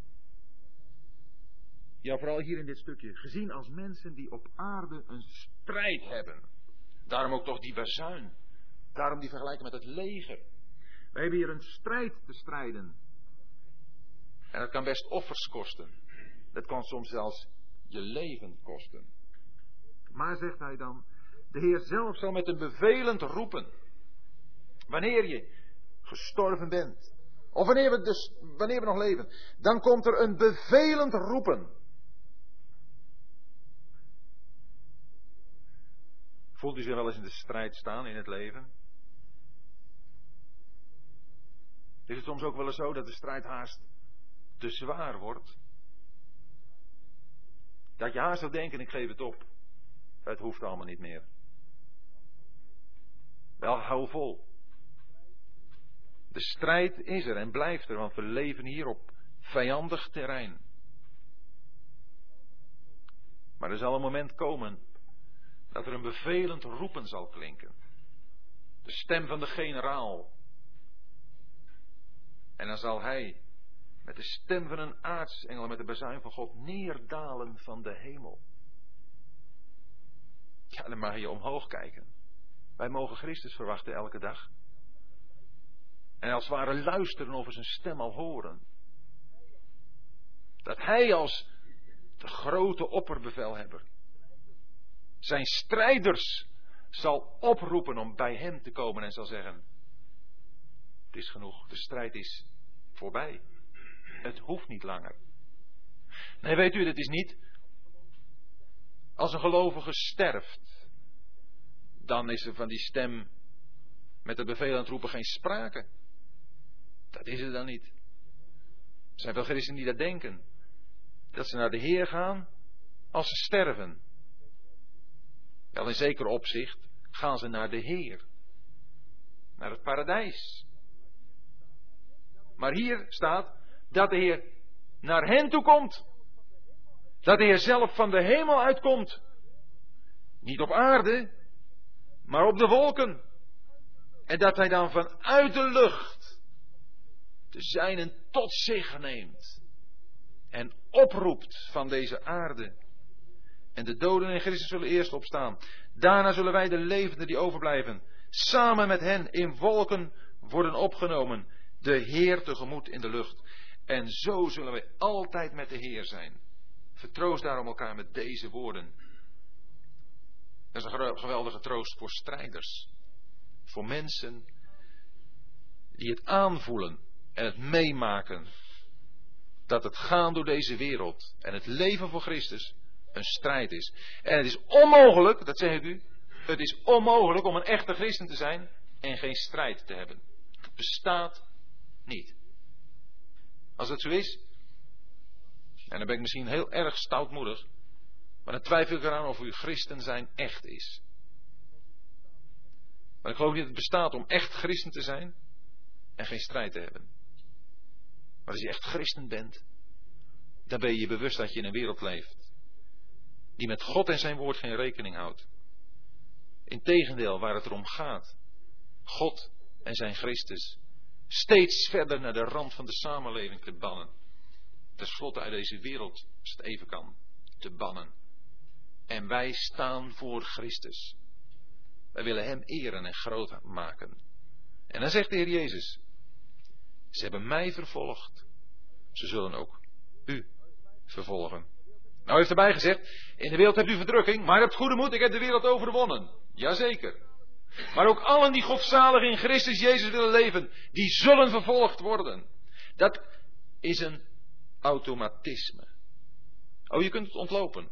ja, vooral hier in dit stukje, gezien als mensen die op aarde een strijd hebben. Daarom ook toch die bazuin. Daarom die vergelijking met het leger. We hebben hier een strijd te strijden. En dat kan best offers kosten. Dat kan soms zelfs je leven kosten. Maar zegt hij dan, de Heer zelf zal met een bevelend roepen. Wanneer je gestorven bent. Of wanneer we nog leven. Dan komt er een bevelend roepen. Voelt u zich wel eens in de strijd staan in het leven? Is het soms ook wel eens zo dat de strijd haast te zwaar wordt? Dat je haast zou denken, ik geef het op. Het hoeft allemaal niet meer. Wel, hou vol. De strijd is er en blijft er, want we leven hier op vijandig terrein. Maar er zal een moment komen dat er een bevelend roepen zal klinken. De stem van de generaal. En dan zal hij met de stem van een aartsengel, met de bazuin van God, neerdalen van de hemel. Ja, dan mag je omhoog kijken. Wij mogen Christus verwachten elke dag. En als het ware luisteren of we zijn stem al horen. Dat hij als de grote opperbevelhebber zijn strijders zal oproepen om bij hem te komen en zal zeggen: het is genoeg, de strijd is voorbij. Het hoeft niet langer. Nee, weet u, dat is niet als een gelovige sterft, dan is er van die stem met het bevel aan het roepen geen sprake. Dat is het dan niet. Er zijn veel christenen die dat denken. Dat ze naar de Heer gaan als ze sterven. Wel, in zeker opzicht gaan ze naar de Heer. Naar het paradijs. Maar hier staat dat de Heer naar hen toe komt. Dat de Heer zelf van de hemel uitkomt. Niet op aarde, maar op de wolken. En dat hij dan vanuit de lucht de zijnen tot zich neemt. En oproept van deze aarde. En de doden in Christus zullen eerst opstaan. Daarna zullen wij de levenden die overblijven samen met hen in wolken worden opgenomen. De Heer tegemoet in de lucht. En zo zullen wij altijd met de Heer zijn. Vertroost daarom elkaar met deze woorden. Dat is een geweldige troost voor strijders. Voor mensen die het aanvoelen en het meemaken. Dat het gaan door deze wereld en het leven voor Christus een strijd is. En het is onmogelijk, dat zeg ik u, het is onmogelijk om een echte christen te zijn en geen strijd te hebben. Het bestaat niet. Als het zo is, en dan ben ik misschien heel erg stoutmoedig, maar dan twijfel ik eraan of uw christen zijn echt is. Maar ik geloof niet dat het bestaat om echt christen te zijn en geen strijd te hebben. Maar als je echt christen bent, dan ben je je bewust dat je in een wereld leeft die met God en zijn woord geen rekening houdt. Integendeel, waar het erom gaat, God en zijn Christus steeds verder naar de rand van de samenleving te bannen. Ten slotte uit deze wereld, als het even kan, te bannen. En wij staan voor Christus. Wij willen hem eren en groot maken. En dan zegt de Heer Jezus, ze hebben mij vervolgd, ze zullen ook u vervolgen. Nou heeft erbij gezegd, in de wereld hebt u verdrukking, maar hebt goede moed, ik heb de wereld overwonnen. Jazeker. Maar ook allen die godzalig in Christus Jezus willen leven, die zullen vervolgd worden. Dat is een automatisme. Oh, je kunt het ontlopen.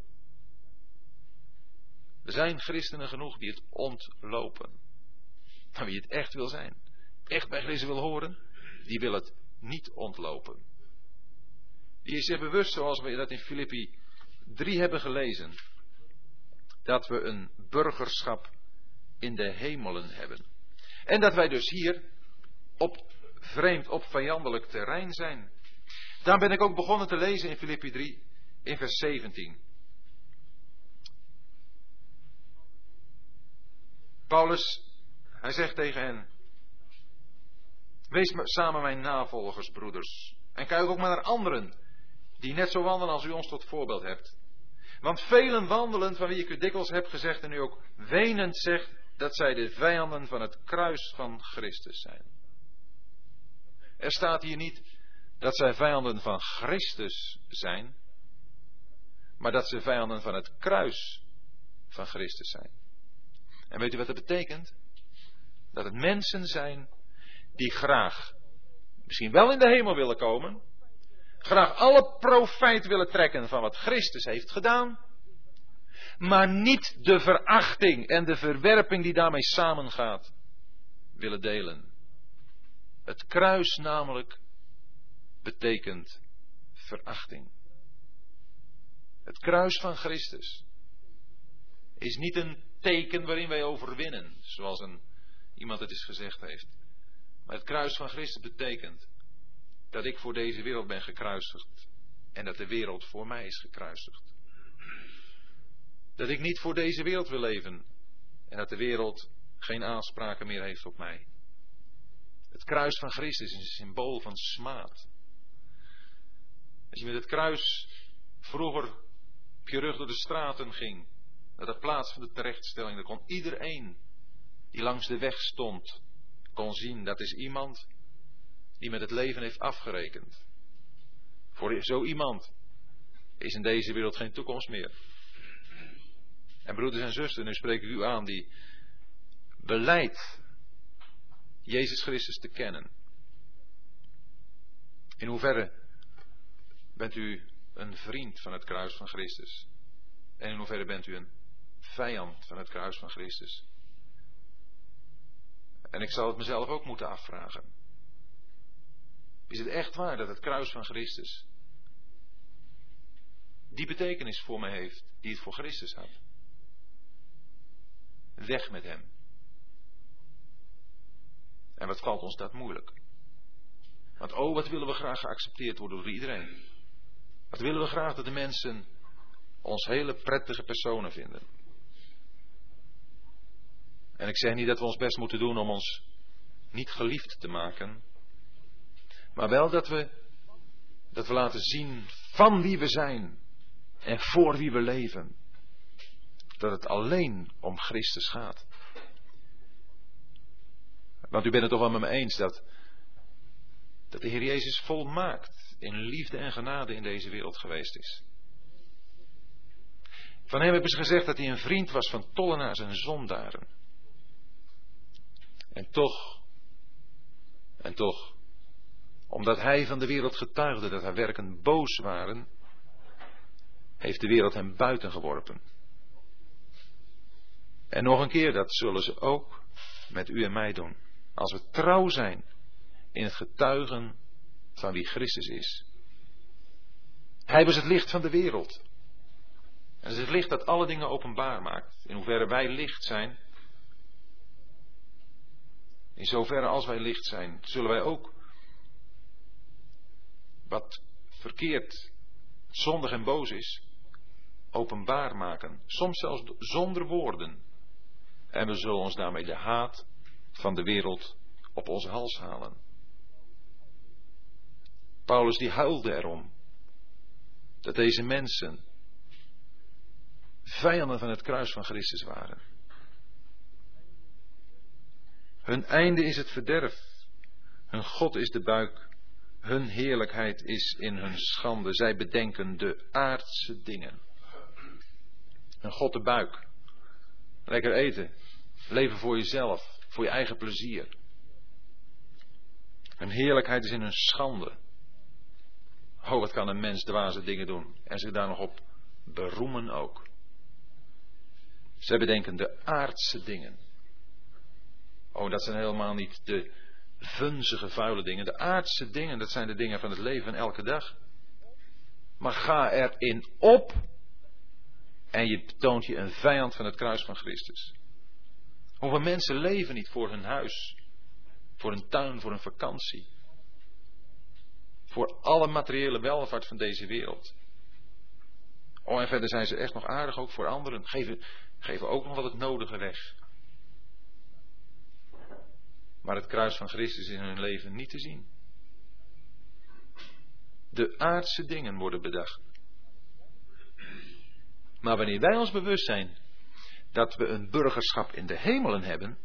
Er zijn christenen genoeg die het ontlopen. Maar wie het echt wil zijn, echt bij Christus wil horen, die wil het niet ontlopen. Die is zich bewust, zoals we dat in Filippi 3 hebben gelezen, dat we een burgerschap in de hemelen hebben. En dat wij dus hier op vreemd, op vijandelijk terrein zijn. Daar ben ik ook begonnen te lezen in Filippi 3, in vers 17. Paulus, hij zegt tegen hen, wees samen mijn navolgers, broeders. En kijk ook maar naar anderen, die net zo wandelen als u ons tot voorbeeld hebt. Want velen wandelen, van wie ik u dikwijls heb gezegd en u ook wenend zegt, dat zij de vijanden van het kruis van Christus zijn. Er staat hier niet dat zij vijanden van Christus zijn, maar dat ze vijanden van het kruis van Christus zijn. En weet u wat dat betekent? Dat het mensen zijn die graag, misschien wel in de hemel willen komen, graag alle profijt willen trekken van wat Christus heeft gedaan, maar niet de verachting en de verwerping die daarmee samengaat, willen delen. Het kruis namelijk betekent verachting. Het kruis van Christus is niet een teken waarin wij overwinnen, zoals iemand het eens gezegd heeft. Maar het kruis van Christus betekent dat ik voor deze wereld ben gekruisigd en dat de wereld voor mij is gekruisigd. Dat ik niet voor deze wereld wil leven en dat de wereld geen aanspraken meer heeft op mij. Het kruis van Christus is een symbool van smaad. Als je met het kruis vroeger op je rug door de straten ging, naar de plaats van de terechtstelling, dan kon iedereen die langs de weg stond, kon zien, dat is iemand die met het leven heeft afgerekend. Voor zo iemand is in deze wereld geen toekomst meer. En broeders en zusters, nu spreek ik u aan die belijdt Jezus Christus te kennen. In hoeverre bent u een vriend van het kruis van Christus? En in hoeverre bent u een vijand van het kruis van Christus? En ik zal het mezelf ook moeten afvragen. Is het echt waar dat het kruis van Christus die betekenis voor mij heeft die het voor Christus had? Weg met hem. En wat valt ons dat moeilijk? Want wat willen we graag geaccepteerd worden door iedereen. Wat willen we graag dat de mensen ons hele prettige personen vinden. En ik zeg niet dat we ons best moeten doen om ons niet geliefd te maken. Maar wel dat we laten zien van wie we zijn. En voor wie we leven. Dat het alleen om Christus gaat. Want u bent het toch wel met me eens dat de Heer Jezus volmaakt in liefde en genade in deze wereld geweest is. Van hem hebben ze gezegd dat hij een vriend was van tollenaars en zondaren. En toch, omdat hij van de wereld getuigde dat haar werken boos waren, heeft de wereld hem buiten geworpen. En nog een keer, dat zullen ze ook met u en mij doen. Als we trouw zijn in het getuigen van wie Christus is. Hij was het licht van de wereld. En het is het licht dat alle dingen openbaar maakt. In hoeverre wij licht zijn. In zoverre als wij licht zijn, zullen wij ook wat verkeerd, zondig en boos is, openbaar maken. Soms zelfs zonder woorden. En we zullen ons daarmee de haat van de wereld op onze hals halen. Paulus die huilde erom. Dat deze mensen vijanden van het kruis van Christus waren. Hun einde is het verderf. Hun God is de buik. Hun heerlijkheid is in hun schande. Zij bedenken de aardse dingen. Hun God de buik. Lekker eten. Leven voor jezelf. Voor je eigen plezier. Hun heerlijkheid is in hun schande. Oh, wat kan een mens dwaze dingen doen. En zich daar nog op beroemen ook. Zij bedenken de aardse dingen. Oh, dat zijn helemaal niet de vunzige, vuile dingen. De aardse dingen, dat zijn de dingen van het leven van elke dag. Maar ga erin op. En je toont je een vijand van het kruis van Christus. Hoeveel mensen leven niet voor hun huis. Voor een tuin, voor een vakantie. Voor alle materiële welvaart van deze wereld. Oh, en verder zijn ze echt nog aardig ook voor anderen. Geven ook nog wat het nodige weg. Maar het kruis van Christus is in hun leven niet te zien. De aardse dingen worden bedacht. Maar wanneer wij ons bewust zijn dat we een burgerschap in de hemelen hebben,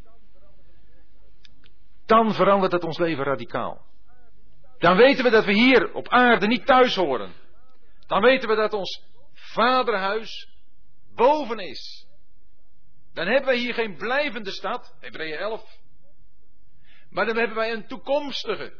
dan verandert het ons leven radicaal. Dan weten we dat we hier op aarde niet thuis horen. Dan weten we dat ons vaderhuis boven is. Dan hebben wij hier geen blijvende stad, Hebreeën 11. Maar dan hebben wij een toekomstige.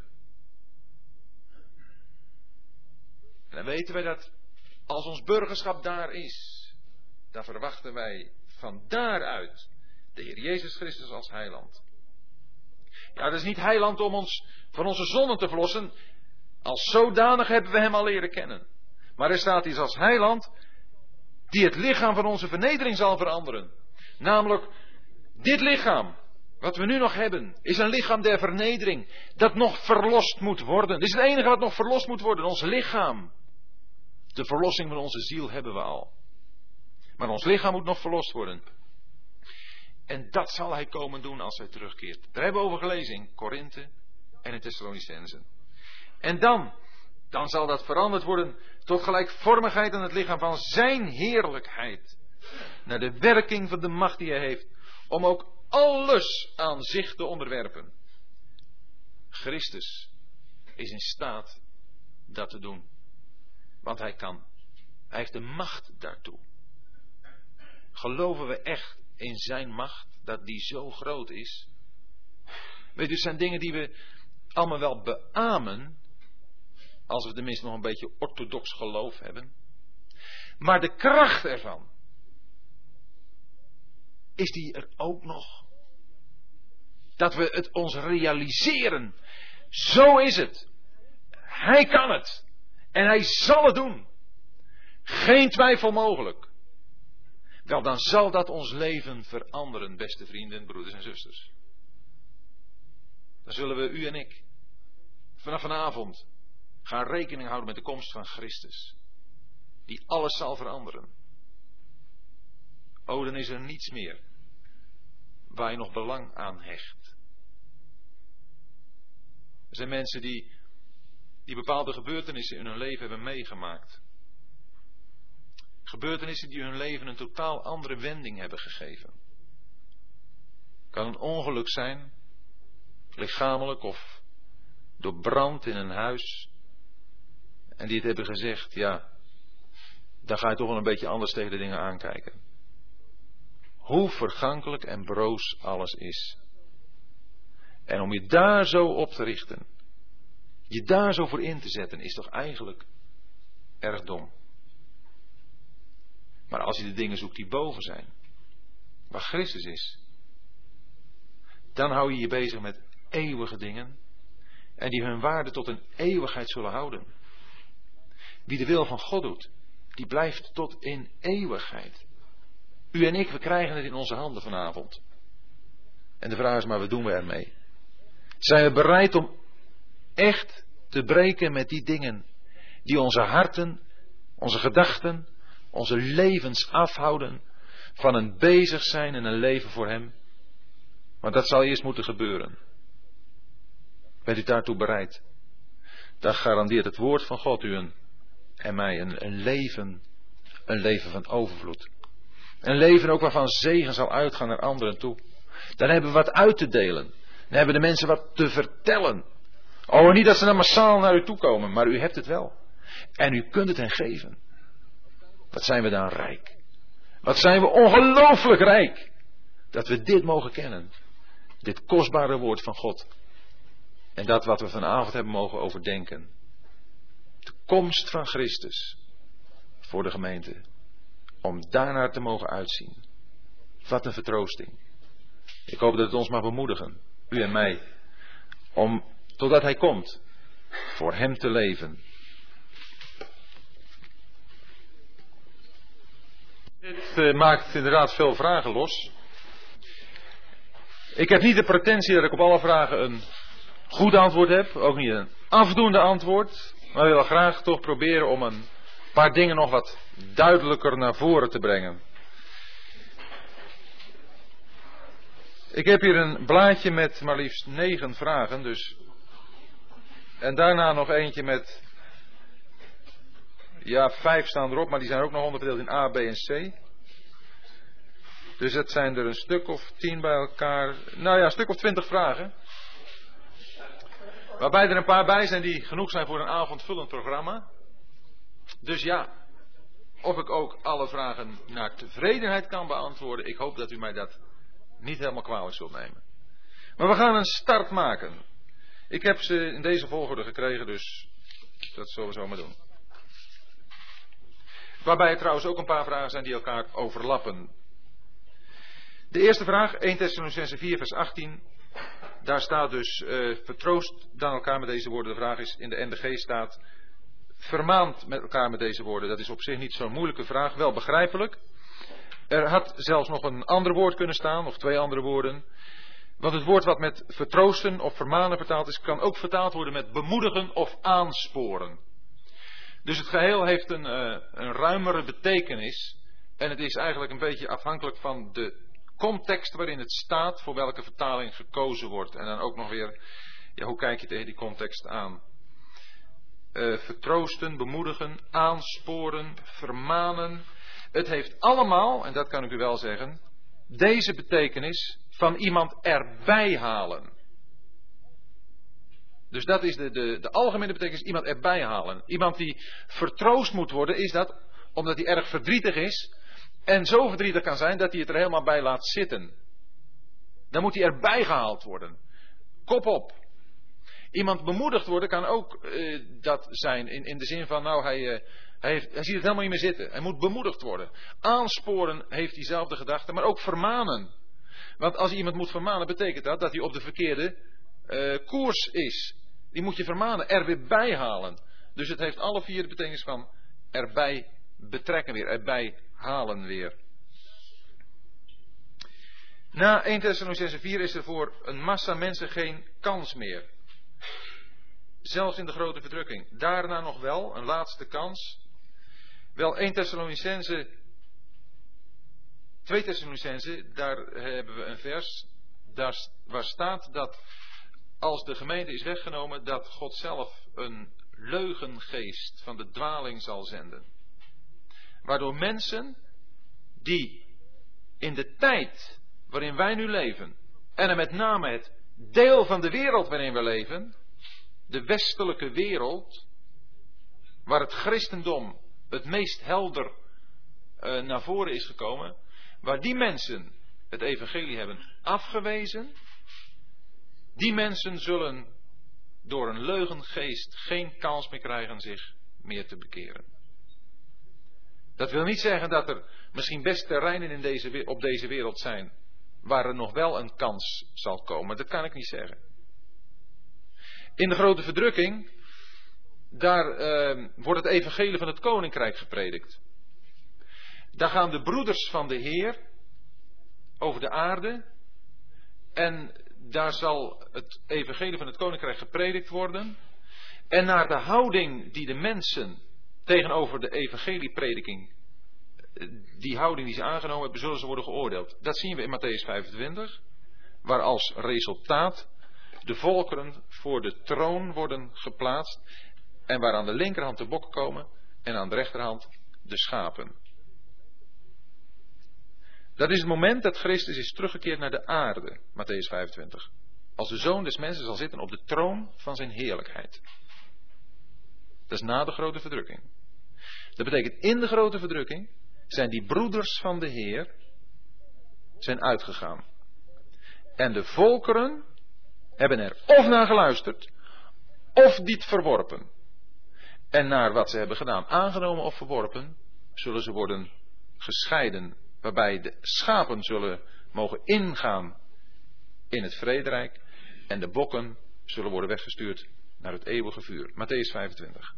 Dan weten wij dat als ons burgerschap daar is, dan verwachten wij van daaruit de Heer Jezus Christus als heiland. Ja, dat is niet heiland om ons van onze zonden te verlossen. Als zodanig hebben we hem al leren kennen. Maar er staat iets als heiland die het lichaam van onze vernedering zal veranderen. Namelijk, dit lichaam, wat we nu nog hebben, is een lichaam der vernedering. Dat nog verlost moet worden. Dit is het enige wat nog verlost moet worden. Ons lichaam. De verlossing van onze ziel hebben we al. Maar ons lichaam moet nog verlost worden. En dat zal hij komen doen als hij terugkeert. Daar hebben we over gelezen in Korinthe en in Thessalonicenzen. En dan zal dat veranderd worden tot gelijkvormigheid aan het lichaam van zijn heerlijkheid. Naar de werking van de macht die hij heeft. Om ook alles aan zich te onderwerpen. Christus is in staat dat te doen. Want hij kan. Hij heeft de macht daartoe. Geloven we echt in zijn macht, dat die zo groot is? Weet u, het zijn dingen die we allemaal wel beamen, als we tenminste nog een beetje orthodox geloof hebben. Maar de kracht ervan, is die er ook nog? Dat we het ons realiseren. Zo is het. Hij kan het. En hij zal het doen. Geen twijfel mogelijk. Wel, dan zal dat ons leven veranderen, beste vrienden, broeders en zusters. Dan zullen we, u en ik, vanaf vanavond gaan rekening houden met de komst van Christus. Die alles zal veranderen. Oh, dan is er niets meer waar je nog belang aan hecht. Er zijn mensen die bepaalde gebeurtenissen in hun leven hebben meegemaakt. Gebeurtenissen die hun leven een totaal andere wending hebben gegeven. Het kan een ongeluk zijn, lichamelijk of door brand in een huis. En die het hebben gezegd, ja, dan ga je toch wel een beetje anders tegen de dingen aankijken. Hoe vergankelijk en broos alles is. En om je daar zo op te richten, je daar zo voor in te zetten, is toch eigenlijk erg dom. Maar als je de dingen zoekt die boven zijn, waar Christus is, dan hou je je bezig met eeuwige dingen en die hun waarde tot een eeuwigheid zullen houden. Wie de wil van God doet, die blijft tot in eeuwigheid. U en ik, we krijgen het in onze handen vanavond. En de vraag is maar, wat doen we ermee? Zijn we bereid om echt te breken met die dingen die onze harten, onze gedachten, onze levens afhouden van een bezig zijn en een leven voor hem? Want dat zal eerst moeten gebeuren. Bent u daartoe bereid? dan garandeert het woord van God u en mij een leven van overvloed. Een leven ook waarvan zegen zal uitgaan naar anderen toe. Dan hebben we wat uit te delen. Dan hebben de mensen wat te vertellen. Oh, niet dat ze dan massaal naar u toe komen, maar u hebt het wel. En u kunt het hen geven. Wat zijn we dan rijk. Wat zijn we ongelooflijk rijk. Dat we dit mogen kennen. Dit kostbare woord van God. En dat wat we vanavond hebben mogen overdenken. De komst van Christus. Voor de gemeente. Om daarnaar te mogen uitzien. Wat een vertroosting. Ik hoop dat het ons mag bemoedigen. U en mij. Om, totdat hij komt. Voor hem te leven. Dit maakt inderdaad veel vragen los. Ik heb niet de pretentie dat ik op alle vragen een goed antwoord heb. Ook niet een afdoende antwoord. Maar ik wil graag toch proberen om een paar dingen nog wat duidelijker naar voren te brengen. Ik heb hier een blaadje met maar liefst 9 vragen. Dus. En daarna nog eentje met. Ja, 5 staan erop, maar die zijn ook nog onderverdeeld in A, B en C. Dus het zijn er een stuk of 10 bij elkaar. Nou ja, een stuk of 20 vragen. Waarbij er een paar bij zijn die genoeg zijn voor een avondvullend programma. Dus ja, of ik ook alle vragen naar tevredenheid kan beantwoorden. Ik hoop dat u mij dat niet helemaal kwalijk zult nemen. Maar we gaan een start maken. Ik heb ze in deze volgorde gekregen, dus dat zullen we zo maar doen. Waarbij er trouwens ook een paar vragen zijn die elkaar overlappen. De eerste vraag, 1 Thessalonicenzen 4 vers 18. Daar staat dus, vertroost dan elkaar met deze woorden. De vraag is, in de NDG staat, vermaand met elkaar met deze woorden. Dat is op zich niet zo'n moeilijke vraag, wel begrijpelijk. Er had zelfs nog een ander woord kunnen staan, of 2 andere woorden. Want het woord wat met vertroosten of vermanen vertaald is, kan ook vertaald worden met bemoedigen of aansporen. Dus het geheel heeft een ruimere betekenis. En het is eigenlijk een beetje afhankelijk van de context waarin het staat, voor welke vertaling gekozen wordt. En dan ook nog weer, ja, hoe kijk je tegen die context aan? Vertroosten, bemoedigen, aansporen, vermanen. Het heeft allemaal, en dat kan ik u wel zeggen, deze betekenis van iemand erbij halen. Dus dat is de algemene betekenis, iemand erbij halen. Iemand die vertroost moet worden, is dat omdat hij erg verdrietig is. En zo verdrietig kan zijn dat hij het er helemaal bij laat zitten. Dan moet hij erbij gehaald worden. Kop op. Iemand bemoedigd worden kan ook dat zijn in de zin van, nou hij ziet het helemaal niet meer zitten. Hij moet bemoedigd worden. Aansporen heeft diezelfde gedachte, maar ook vermanen. Want als iemand moet vermanen, betekent dat hij op de verkeerde koers is. Die moet je vermanen, er weer bij halen. Dus het heeft alle 4 de betekenis van erbij betrekken weer, erbij halen weer. Na 1 Thessalonicenzen 4 is er voor een massa mensen geen kans meer. Zelfs in de grote verdrukking. Daarna nog wel, een laatste kans. Wel 1 Thessalonicenzen, 2 Thessalonicenzen, daar hebben we een vers waar staat dat als de gemeente is weggenomen, dat God zelf een leugengeest van de dwaling zal zenden. Waardoor mensen die in de tijd waarin wij nu leven, en met name het deel van de wereld waarin we leven, de westelijke wereld, waar het christendom het meest helder naar voren is gekomen, waar die mensen het evangelie hebben afgewezen, die mensen zullen door een leugengeest geen kans meer krijgen zich meer te bekeren. Dat wil niet zeggen dat er misschien best terreinen op deze wereld zijn waar er nog wel een kans zal komen. Dat kan ik niet zeggen. In de grote verdrukking, daar wordt het evangelie van het koninkrijk gepredikt. Daar gaan de broeders van de Heer over de aarde en daar zal het evangelie van het koninkrijk gepredikt worden. En naar de houding die de mensen tegenover de evangelieprediking, die houding die ze aangenomen hebben, zullen ze worden geoordeeld. Dat zien we in Mattheüs 25, waar als resultaat de volkeren voor de troon worden geplaatst. En waar aan de linkerhand de bokken komen en aan de rechterhand de schapen. Dat is het moment dat Christus is teruggekeerd naar de aarde, Mattheüs 25. Als de Zoon des Mensen zal zitten op de troon van zijn heerlijkheid. Dat is na de grote verdrukking. Dat betekent, in de grote verdrukking zijn die broeders van de Heer zijn uitgegaan. En de volkeren hebben er of naar geluisterd, of dit verworpen. En naar wat ze hebben gedaan, aangenomen of verworpen, zullen ze worden gescheiden. Waarbij de schapen zullen mogen ingaan in het vrederijk. En de bokken zullen worden weggestuurd naar het eeuwige vuur. Mattheüs 25.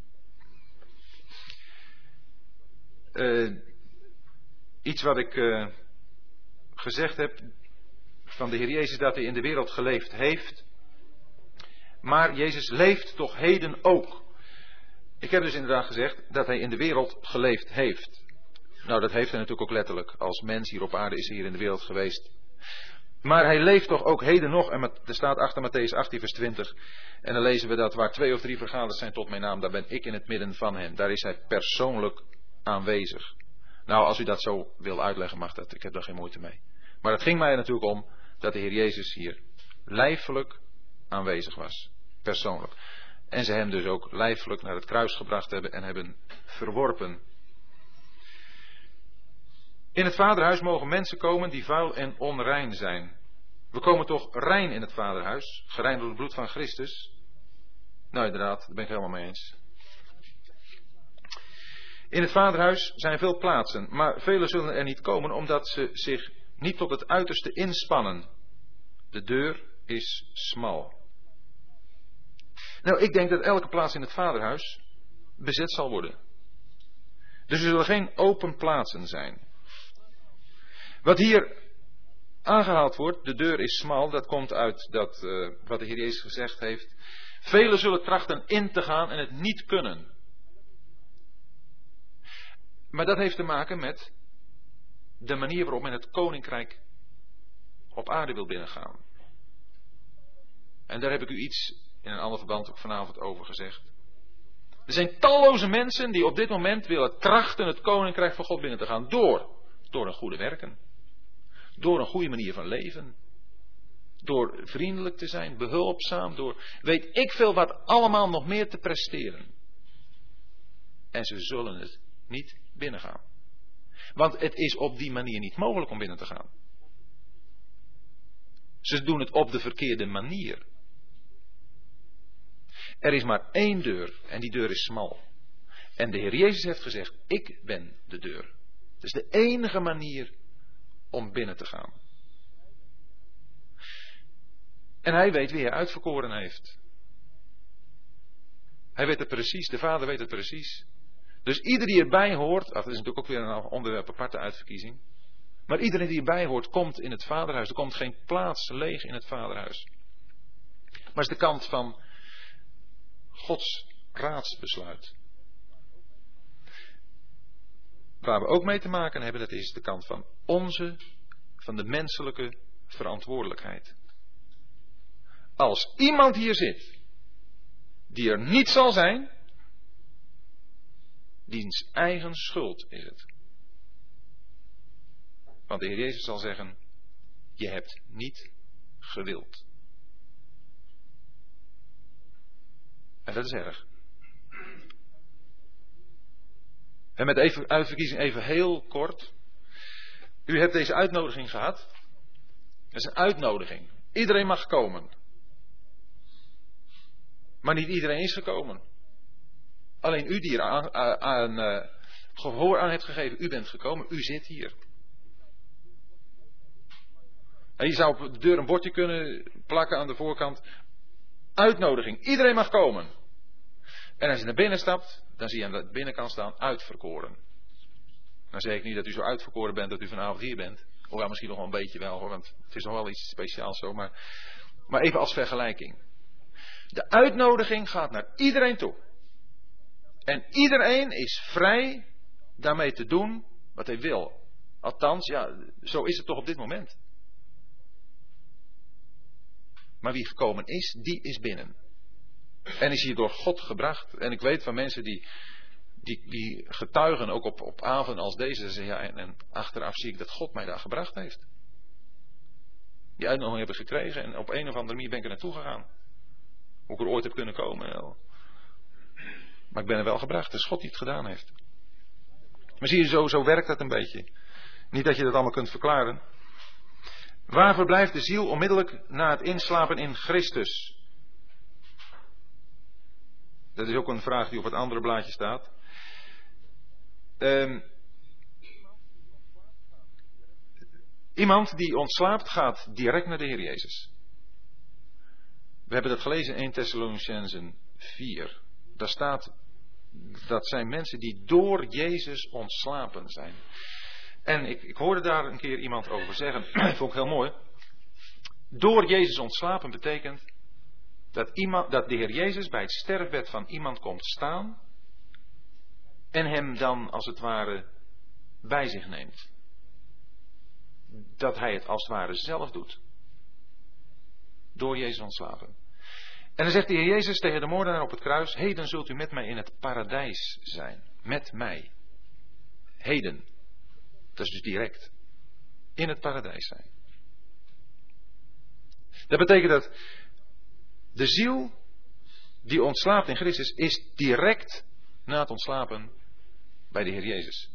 Iets wat ik gezegd heb van de Heer Jezus, dat hij in de wereld geleefd heeft. Maar Jezus leeft toch heden ook. Ik heb dus inderdaad gezegd dat hij in de wereld geleefd heeft. Nou, dat heeft hij natuurlijk ook letterlijk. Als mens hier op aarde is hij hier in de wereld geweest. Maar hij leeft toch ook heden nog. En er staat achter Mattheüs 18 vers 20. En dan lezen we dat waar 2 of 3 vergaderd zijn tot mijn naam, daar ben ik in het midden van hen. Daar is hij persoonlijk aanwezig. Nou, als u dat zo wil uitleggen, mag dat. Ik heb daar geen moeite mee. Maar het ging mij er natuurlijk om dat de Heer Jezus hier lijfelijk aanwezig was. Persoonlijk. En ze hem dus ook lijfelijk naar het kruis gebracht hebben en hebben verworpen. In het vaderhuis mogen mensen komen die vuil en onrein zijn. We komen toch rein in het vaderhuis, gerein door het bloed van Christus. Nou inderdaad, daar ben ik helemaal mee eens. In het vaderhuis zijn veel plaatsen, maar velen zullen er niet komen omdat ze zich niet tot het uiterste inspannen. De deur is smal. Nou, ik denk dat elke plaats in het vaderhuis bezet zal worden. Dus er zullen geen open plaatsen zijn. Wat hier aangehaald wordt, de deur is smal, dat komt uit wat de Heer Jezus gezegd heeft. Velen zullen trachten in te gaan en het niet kunnen. Maar dat heeft te maken met de manier waarop men het koninkrijk op aarde wil binnengaan. En daar heb ik u iets in een ander verband ook vanavond over gezegd. Er zijn talloze mensen die op dit moment willen trachten het koninkrijk van God binnen te gaan. Door een goede werken. Door een goede manier van leven. Door vriendelijk te zijn, behulpzaam, door weet ik veel wat allemaal nog meer te presteren. En ze zullen het niet binnengaan. Want het is op die manier niet mogelijk om binnen te gaan. Ze doen het op de verkeerde manier. Er is maar één deur en die deur is smal. En de Heer Jezus heeft gezegd, ik ben de deur. Het is de enige manier om binnen te gaan. En hij weet wie hij uitverkoren heeft. Hij weet het precies, de Vader weet het precies. Dus ieder die erbij hoort, dat is natuurlijk ook weer een onderwerp aparte uitverkiezing. Maar iedereen die erbij hoort, komt in het Vaderhuis. Er komt geen plaats leeg in het Vaderhuis. Maar het is de kant van Gods raadsbesluit. Waar we ook mee te maken hebben, dat is de kant van de menselijke verantwoordelijkheid. Als iemand hier zit, die er niet zal zijn, diens eigen schuld is het. Want de Heer Jezus zal zeggen, je hebt niet gewild. En dat is erg. En met uitverkiezing even heel kort. U hebt deze uitnodiging gehad. Dat is een uitnodiging. Iedereen mag komen. Maar niet iedereen is gekomen. Alleen u die er gehoor aan hebt gegeven, u bent gekomen, u zit hier. En je zou op de deur een bordje kunnen plakken aan de voorkant. Uitnodiging, iedereen mag komen. En als je naar binnen stapt, dan zie je aan de binnenkant staan, uitverkoren. Dan zeg ik niet dat u zo uitverkoren bent dat u vanavond hier bent. Hoewel misschien nog wel een beetje wel hoor, want het is nog wel iets speciaals zo. Maar even als vergelijking. De uitnodiging gaat naar iedereen toe. En iedereen is vrij daarmee te doen wat hij wil. Althans, ja, zo is het toch op dit moment. Maar wie gekomen is, die is binnen. En is hier door God gebracht. En ik weet van mensen die getuigen ook op avonden als deze. Ze zeggen, ja, en achteraf zie ik dat God mij daar gebracht heeft. Die uitnodiging heb ik gekregen en op een of andere manier ben ik er naartoe gegaan. Hoe ik er ooit heb kunnen komen. Wel. Maar ik ben er wel gebracht. Het is God die het gedaan heeft. Maar zie je, zo werkt dat een beetje. Niet dat je dat allemaal kunt verklaren. Waar verblijft de ziel onmiddellijk na het inslapen in Christus? Dat is ook een vraag die op het andere blaadje staat. Iemand die ontslaapt gaat direct naar de Heer Jezus. We hebben dat gelezen in 1 Thessalonicenzen 4. Daar staat, dat zijn mensen die door Jezus ontslapen zijn. En ik hoorde daar een keer iemand over zeggen, dat vond ik heel mooi. Door Jezus ontslapen betekent dat de Heer Jezus bij het sterfbed van iemand komt staan en hem dan als het ware bij zich neemt. Dat hij het als het ware zelf doet. Door Jezus ontslapen. En dan zegt de Heer Jezus tegen de moordenaar op het kruis, heden zult u met mij in het paradijs zijn. Met mij. Heden. Dat is dus direct. In het paradijs zijn. Dat betekent dat de ziel die ontslaapt in Christus is direct na het ontslapen bij de Heer Jezus.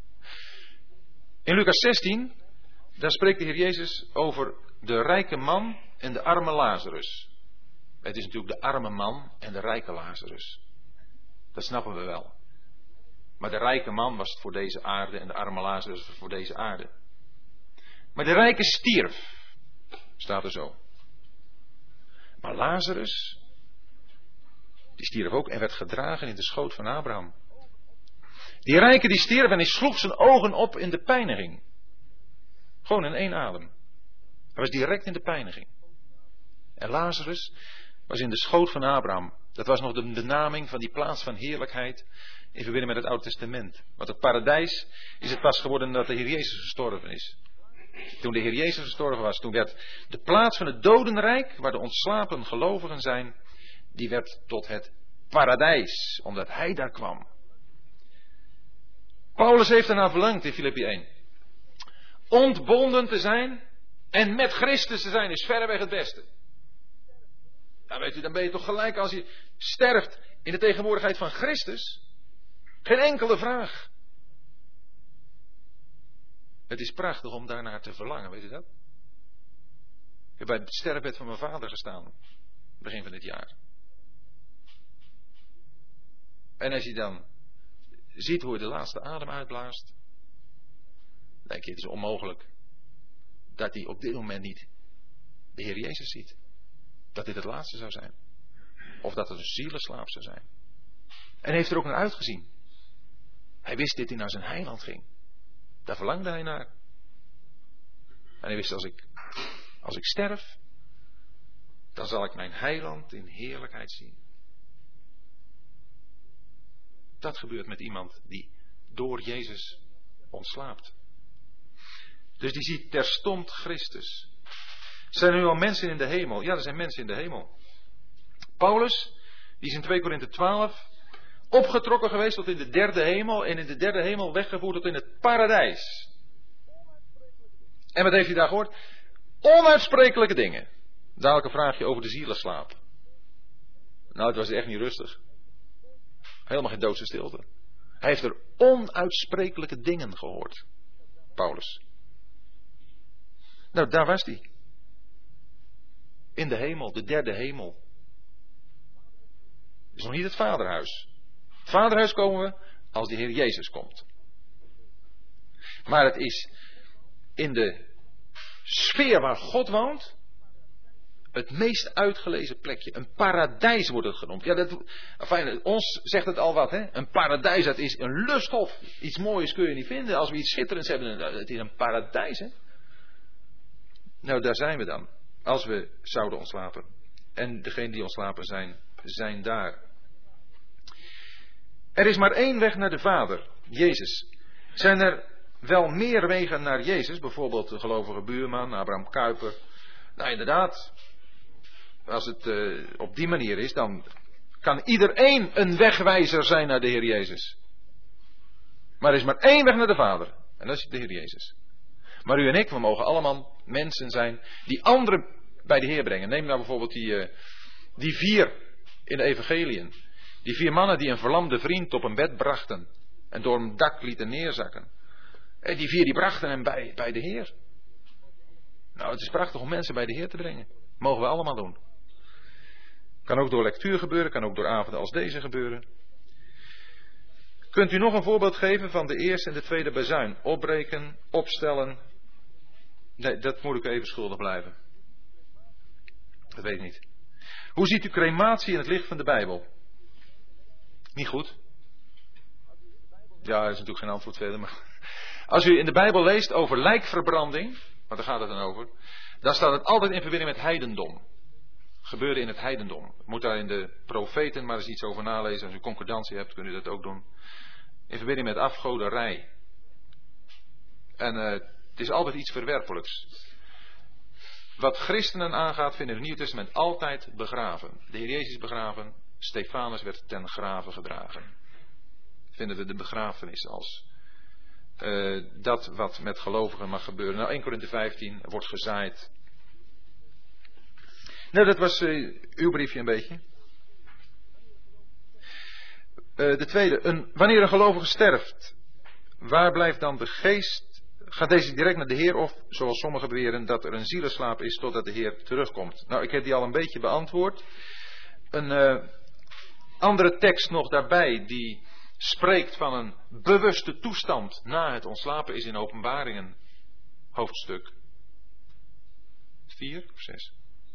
In Lucas 16, daar spreekt de Heer Jezus over de rijke man en de arme Lazarus. Het is natuurlijk de arme man en de rijke Lazarus. Dat snappen we wel. Maar de rijke man was het voor deze aarde en de arme Lazarus was het voor deze aarde. Maar de rijke stierf, staat er zo. Maar Lazarus, die stierf ook en werd gedragen in de schoot van Abraham. Die rijke die stierf en hij sloeg zijn ogen op in de pijniging. Gewoon in één adem. Hij was direct in de pijniging. En Lazarus was in de schoot van Abraham. Dat was nog de benaming van die plaats van heerlijkheid in verbinding met het Oude Testament. Want het paradijs is het pas geworden nadat de Heer Jezus gestorven is. Toen de Heer Jezus gestorven was, toen werd de plaats van het dodenrijk, waar de ontslapen gelovigen zijn, die werd tot het paradijs, omdat hij daar kwam. Paulus heeft ernaar verlangd in Filippi 1. Ontbonden te zijn en met Christus te zijn is verreweg het beste. Nou weet u, dan ben je toch gelijk als je sterft in de tegenwoordigheid van Christus. Geen enkele vraag. Het is prachtig om daarnaar te verlangen, weet u dat? Ik heb bij het sterfbed van mijn vader gestaan. Begin van dit jaar. En als je dan ziet hoe hij de laatste adem uitblaast, dan denk je, het is onmogelijk dat hij op dit moment niet de Heer Jezus ziet. Dat dit het laatste zou zijn. Of dat het een zielenslaap zou zijn. En heeft er ook naar uitgezien. Hij wist dit hij naar zijn heiland ging. Daar verlangde hij naar. En hij wist, als ik sterf, dan zal ik mijn heiland in heerlijkheid zien. Dat gebeurt met iemand die door Jezus ontslaapt. Dus die ziet terstond Christus. Zijn er nu al mensen in de hemel? Ja, er zijn mensen in de hemel. Paulus, die is in 2 Korinthe 12 opgetrokken geweest tot in de derde hemel en in de derde hemel weggevoerd tot in het paradijs. En wat heeft hij daar gehoord? Onuitsprekelijke dingen. Dadelijk een vraagje over de zielenslaap. Nou, het was echt niet rustig. Helemaal geen doodse stilte. Hij heeft er onuitsprekelijke dingen gehoord. Paulus. Nou, daar was hij. In de hemel, de derde hemel. Het is nog niet het vaderhuis. Het vaderhuis komen we als de Heer Jezus komt. Maar het is in de sfeer waar God woont het meest uitgelezen plekje. Een paradijs wordt het genoemd. Ja, ons zegt het al wat, hè? Een paradijs, dat is een lusthof. Iets moois kun je niet vinden. Als we iets schitterends hebben, het is een paradijs, hè? Nou, daar zijn we dan. Als we zouden ontslapen. En degenen die ontslapen zijn daar. Er is maar één weg naar de Vader, Jezus. Zijn er wel meer wegen naar Jezus? Bijvoorbeeld de gelovige buurman, Abraham Kuyper. Nou inderdaad, als het op die manier is, dan kan iedereen een wegwijzer zijn naar de Heer Jezus. Maar er is maar één weg naar de Vader. En dat is de Heer Jezus. Maar u en ik, we mogen allemaal mensen zijn die anderen bij de Heer brengen. Neem nou bijvoorbeeld die 4 in de evangeliën. Die 4 mannen die een verlamde vriend op een bed brachten. En door een dak lieten neerzakken. En die 4 die brachten hem bij de Heer. Nou, het is prachtig om mensen bij de Heer te brengen. Mogen we allemaal doen. Kan ook door lectuur gebeuren, kan ook door avonden als deze gebeuren. Kunt u nog een voorbeeld geven van de eerste en de tweede bazuin? Opbreken, opstellen. Nee, dat moet ik even schuldig blijven. Dat weet ik niet. Hoe ziet u crematie in het licht van de Bijbel? Niet goed. Ja, dat is natuurlijk geen antwoord verder. Maar als u in de Bijbel leest over lijkverbranding, want daar gaat het dan over, dan staat het altijd in verbinding met heidendom. Gebeurde in het heidendom. U moet daar in de profeten maar eens iets over nalezen. Als u concordantie hebt, kunt u dat ook doen. In verbinding met afgoderij. En het is altijd iets verwerpelijks. Wat christenen aangaat, vinden we in het Nieuwe Testament altijd begraven. De Heer Jezus is begraven. Stefanus werd ten grave gedragen. Vinden we de begrafenis als dat wat met gelovigen mag gebeuren. Nou, 1 Korinthe 15, er wordt gezaaid. Nou, dat was uw briefje een beetje. De tweede, wanneer een gelovige sterft, waar blijft dan de geest? Gaat deze direct naar de Heer of, zoals sommigen beweren, dat er een zielenslaap is totdat de Heer terugkomt? Nou, ik heb die al een beetje beantwoord. Een andere tekst nog daarbij, die spreekt van een bewuste toestand na het ontslapen, is in Openbaringen, hoofdstuk 4 of 6.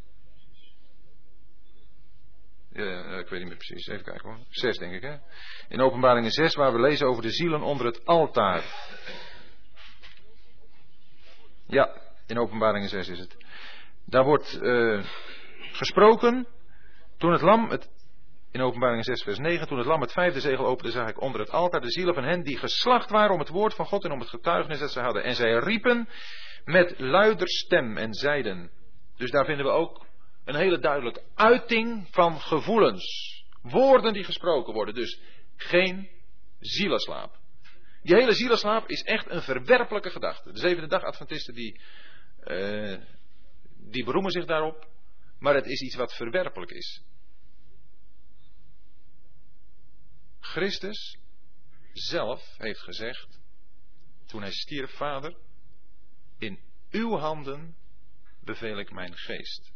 Ja, ik weet niet meer precies. Even kijken hoor. 6 denk ik hè. In Openbaringen 6 waar we lezen over de zielen onder het altaar. Ja, in Openbaringen 6 is het. Daar wordt gesproken. Toen het lam, in Openbaringen 6 vers 9. Toen het lam het 5e zegel opende, zag ik onder het altaar de zielen van hen die geslacht waren om het woord van God en om het getuigenis dat ze hadden. En zij riepen met luider stem en zeiden. Dus daar vinden we ook een hele duidelijke uiting van gevoelens. Woorden die gesproken worden. Dus geen zielenslaap. Die hele zielenslaap is echt een verwerpelijke gedachte. De Zevende Dag Adventisten die beroemen zich daarop. Maar het is iets wat verwerpelijk is. Christus zelf heeft gezegd, toen hij stierf, Vader, in uw handen beveel ik mijn geest.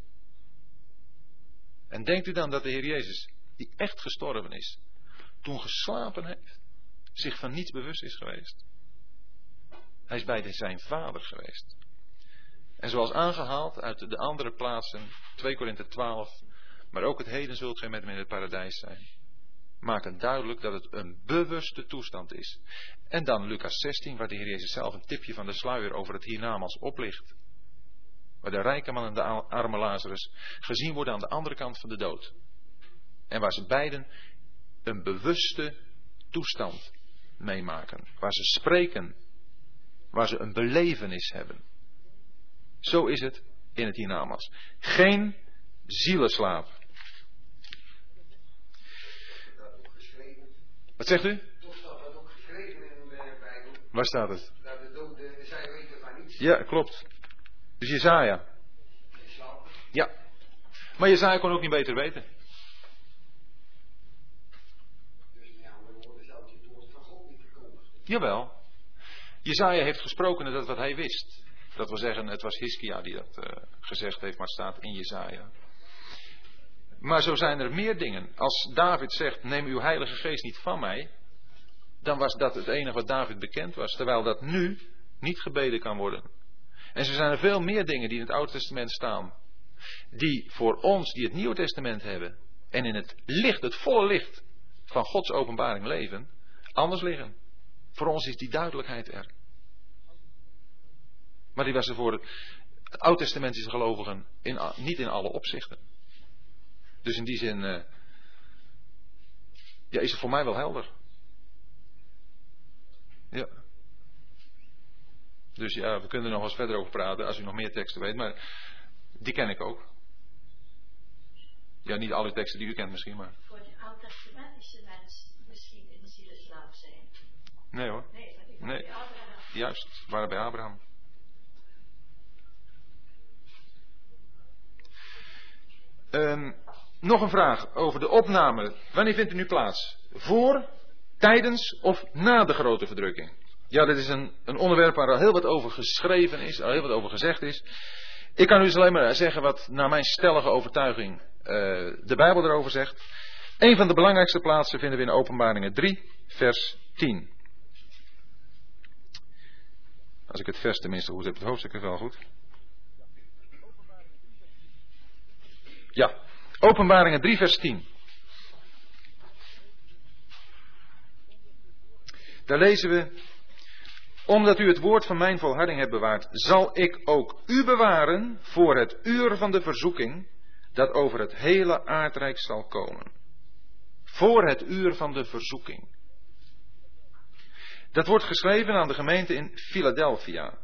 En denkt u dan dat de Heer Jezus, die echt gestorven is, toen geslapen heeft, zich van niets bewust is geweest? Hij is bij zijn Vader geweest. En zoals aangehaald uit de andere plaatsen, 2 Korinthe 12, maar ook het heden zult gij met hem in het paradijs zijn, maken duidelijk dat het een bewuste toestand is. En dan Lucas 16, waar de Heer Jezus zelf een tipje van de sluier over het hiernamaals oplicht. Waar de rijke man en de arme Lazarus gezien worden aan de andere kant van de dood. En waar ze beiden een bewuste toestand meemaken. Waar ze spreken. Waar ze een belevenis hebben. Zo is het in het hiernamaals. Geen zielenslaap. Wat zegt u? Toch staat dat ook geschreven in de Bijbel. Waar staat het? Dat de doden, zij weten van niets. Ja, klopt. Dus Jesaja. Ja. Maar Jesaja kon ook niet beter weten. Dus met andere woorden zou hij het woord van God niet verkondigen. Jawel. Jesaja heeft gesproken dat wat hij wist. Dat wil zeggen, het was Hiskia die dat gezegd heeft, maar het staat in Jesaja. Maar zo zijn er meer dingen. Als David zegt, neem uw heilige geest niet van mij, dan was dat het enige wat David bekend was. Terwijl dat nu niet gebeden kan worden. En zo zijn er veel meer dingen die in het Oude Testament staan. Die voor ons, die het Nieuwe Testament hebben. En in het licht, het volle licht van Gods openbaring leven. Anders liggen. Voor ons is die duidelijkheid er. Maar die was er voor het Oud-testamentische gelovigen niet in alle opzichten. Dus in die zin is het voor mij wel helder. Ja. Dus ja, we kunnen er nog eens verder over praten als u nog meer teksten weet. Maar die ken ik ook. Ja, niet alle teksten die u kent misschien, maar. Voor het oud-testamentische mens misschien in de zielenslaap zijn? Nee hoor. Nee, want ik Nee. bij Abraham. Juist, we waren bij Abraham. Nog een vraag over de opname. Wanneer vindt het nu plaats? Voor, tijdens of na de grote verdrukking? Ja, dit is een onderwerp waar al heel wat over geschreven is, al heel wat over gezegd is. Ik kan u dus alleen maar zeggen wat naar mijn stellige overtuiging de Bijbel erover zegt. Een van de belangrijkste plaatsen vinden we in Openbaringen 3, vers 10. Als ik het vers tenminste goed heb, het hoofdstuk is wel goed. Ja, Openbaringen 3, vers 10. Daar lezen we: omdat u het woord van mijn volharding hebt bewaard, zal ik ook u bewaren voor het uur van de verzoeking dat over het hele aardrijk zal komen. Voor het uur van de verzoeking. Dat wordt geschreven aan de gemeente in Philadelphia.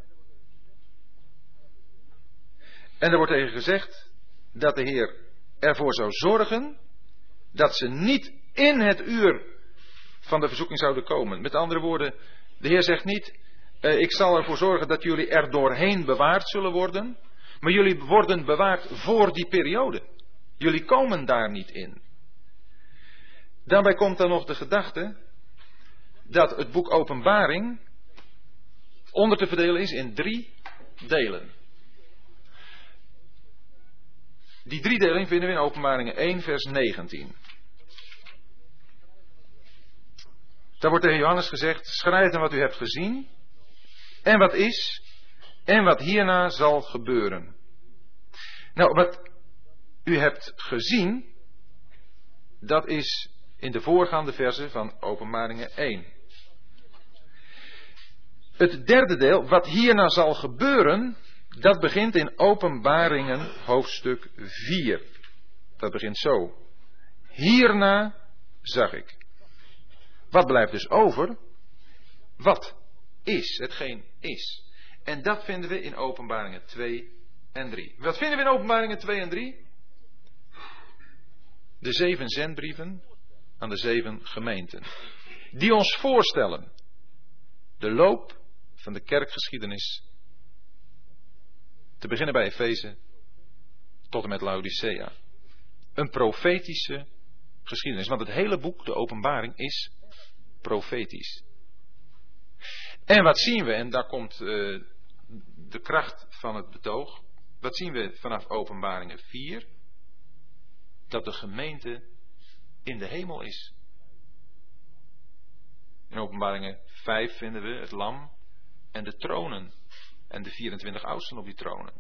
En er wordt tegen gezegd dat de Heer ervoor zou zorgen dat ze niet in het uur van de verzoeking zouden komen. Met andere woorden, de Heer zegt niet: ik zal ervoor zorgen dat jullie er doorheen bewaard zullen worden. Maar jullie worden bewaard voor die periode. Jullie komen daar niet in. Daarbij komt dan nog de gedachte dat het boek Openbaring onder te verdelen is in 3 delen. Die 3 delen vinden we in Openbaringen 1 vers 19. Daar wordt tegen Johannes gezegd: schrijf dan wat u hebt gezien en wat is en wat hierna zal gebeuren. Nou, wat u hebt gezien, dat is in de voorgaande versen van Openbaringen 1. Het 3e deel, wat hierna zal gebeuren, dat begint in Openbaringen hoofdstuk 4. Dat begint zo: hierna zag ik. Wat blijft dus over? Wat is, hetgeen is. En dat vinden we in Openbaringen 2 en 3. Wat vinden we in Openbaringen 2 en 3? De 7 zendbrieven aan de 7 gemeenten. Die ons voorstellen de loop van de kerkgeschiedenis. Te beginnen bij Efeze tot en met Laodicea. Een profetische geschiedenis. Want het hele boek, de Openbaring, is profetisch. En wat zien we, en daar komt de kracht van het betoog. Wat zien we vanaf Openbaringen 4? Dat de gemeente in de hemel is. In Openbaringen 5 vinden we het lam en de tronen. En de 24 oudsten op die tronen.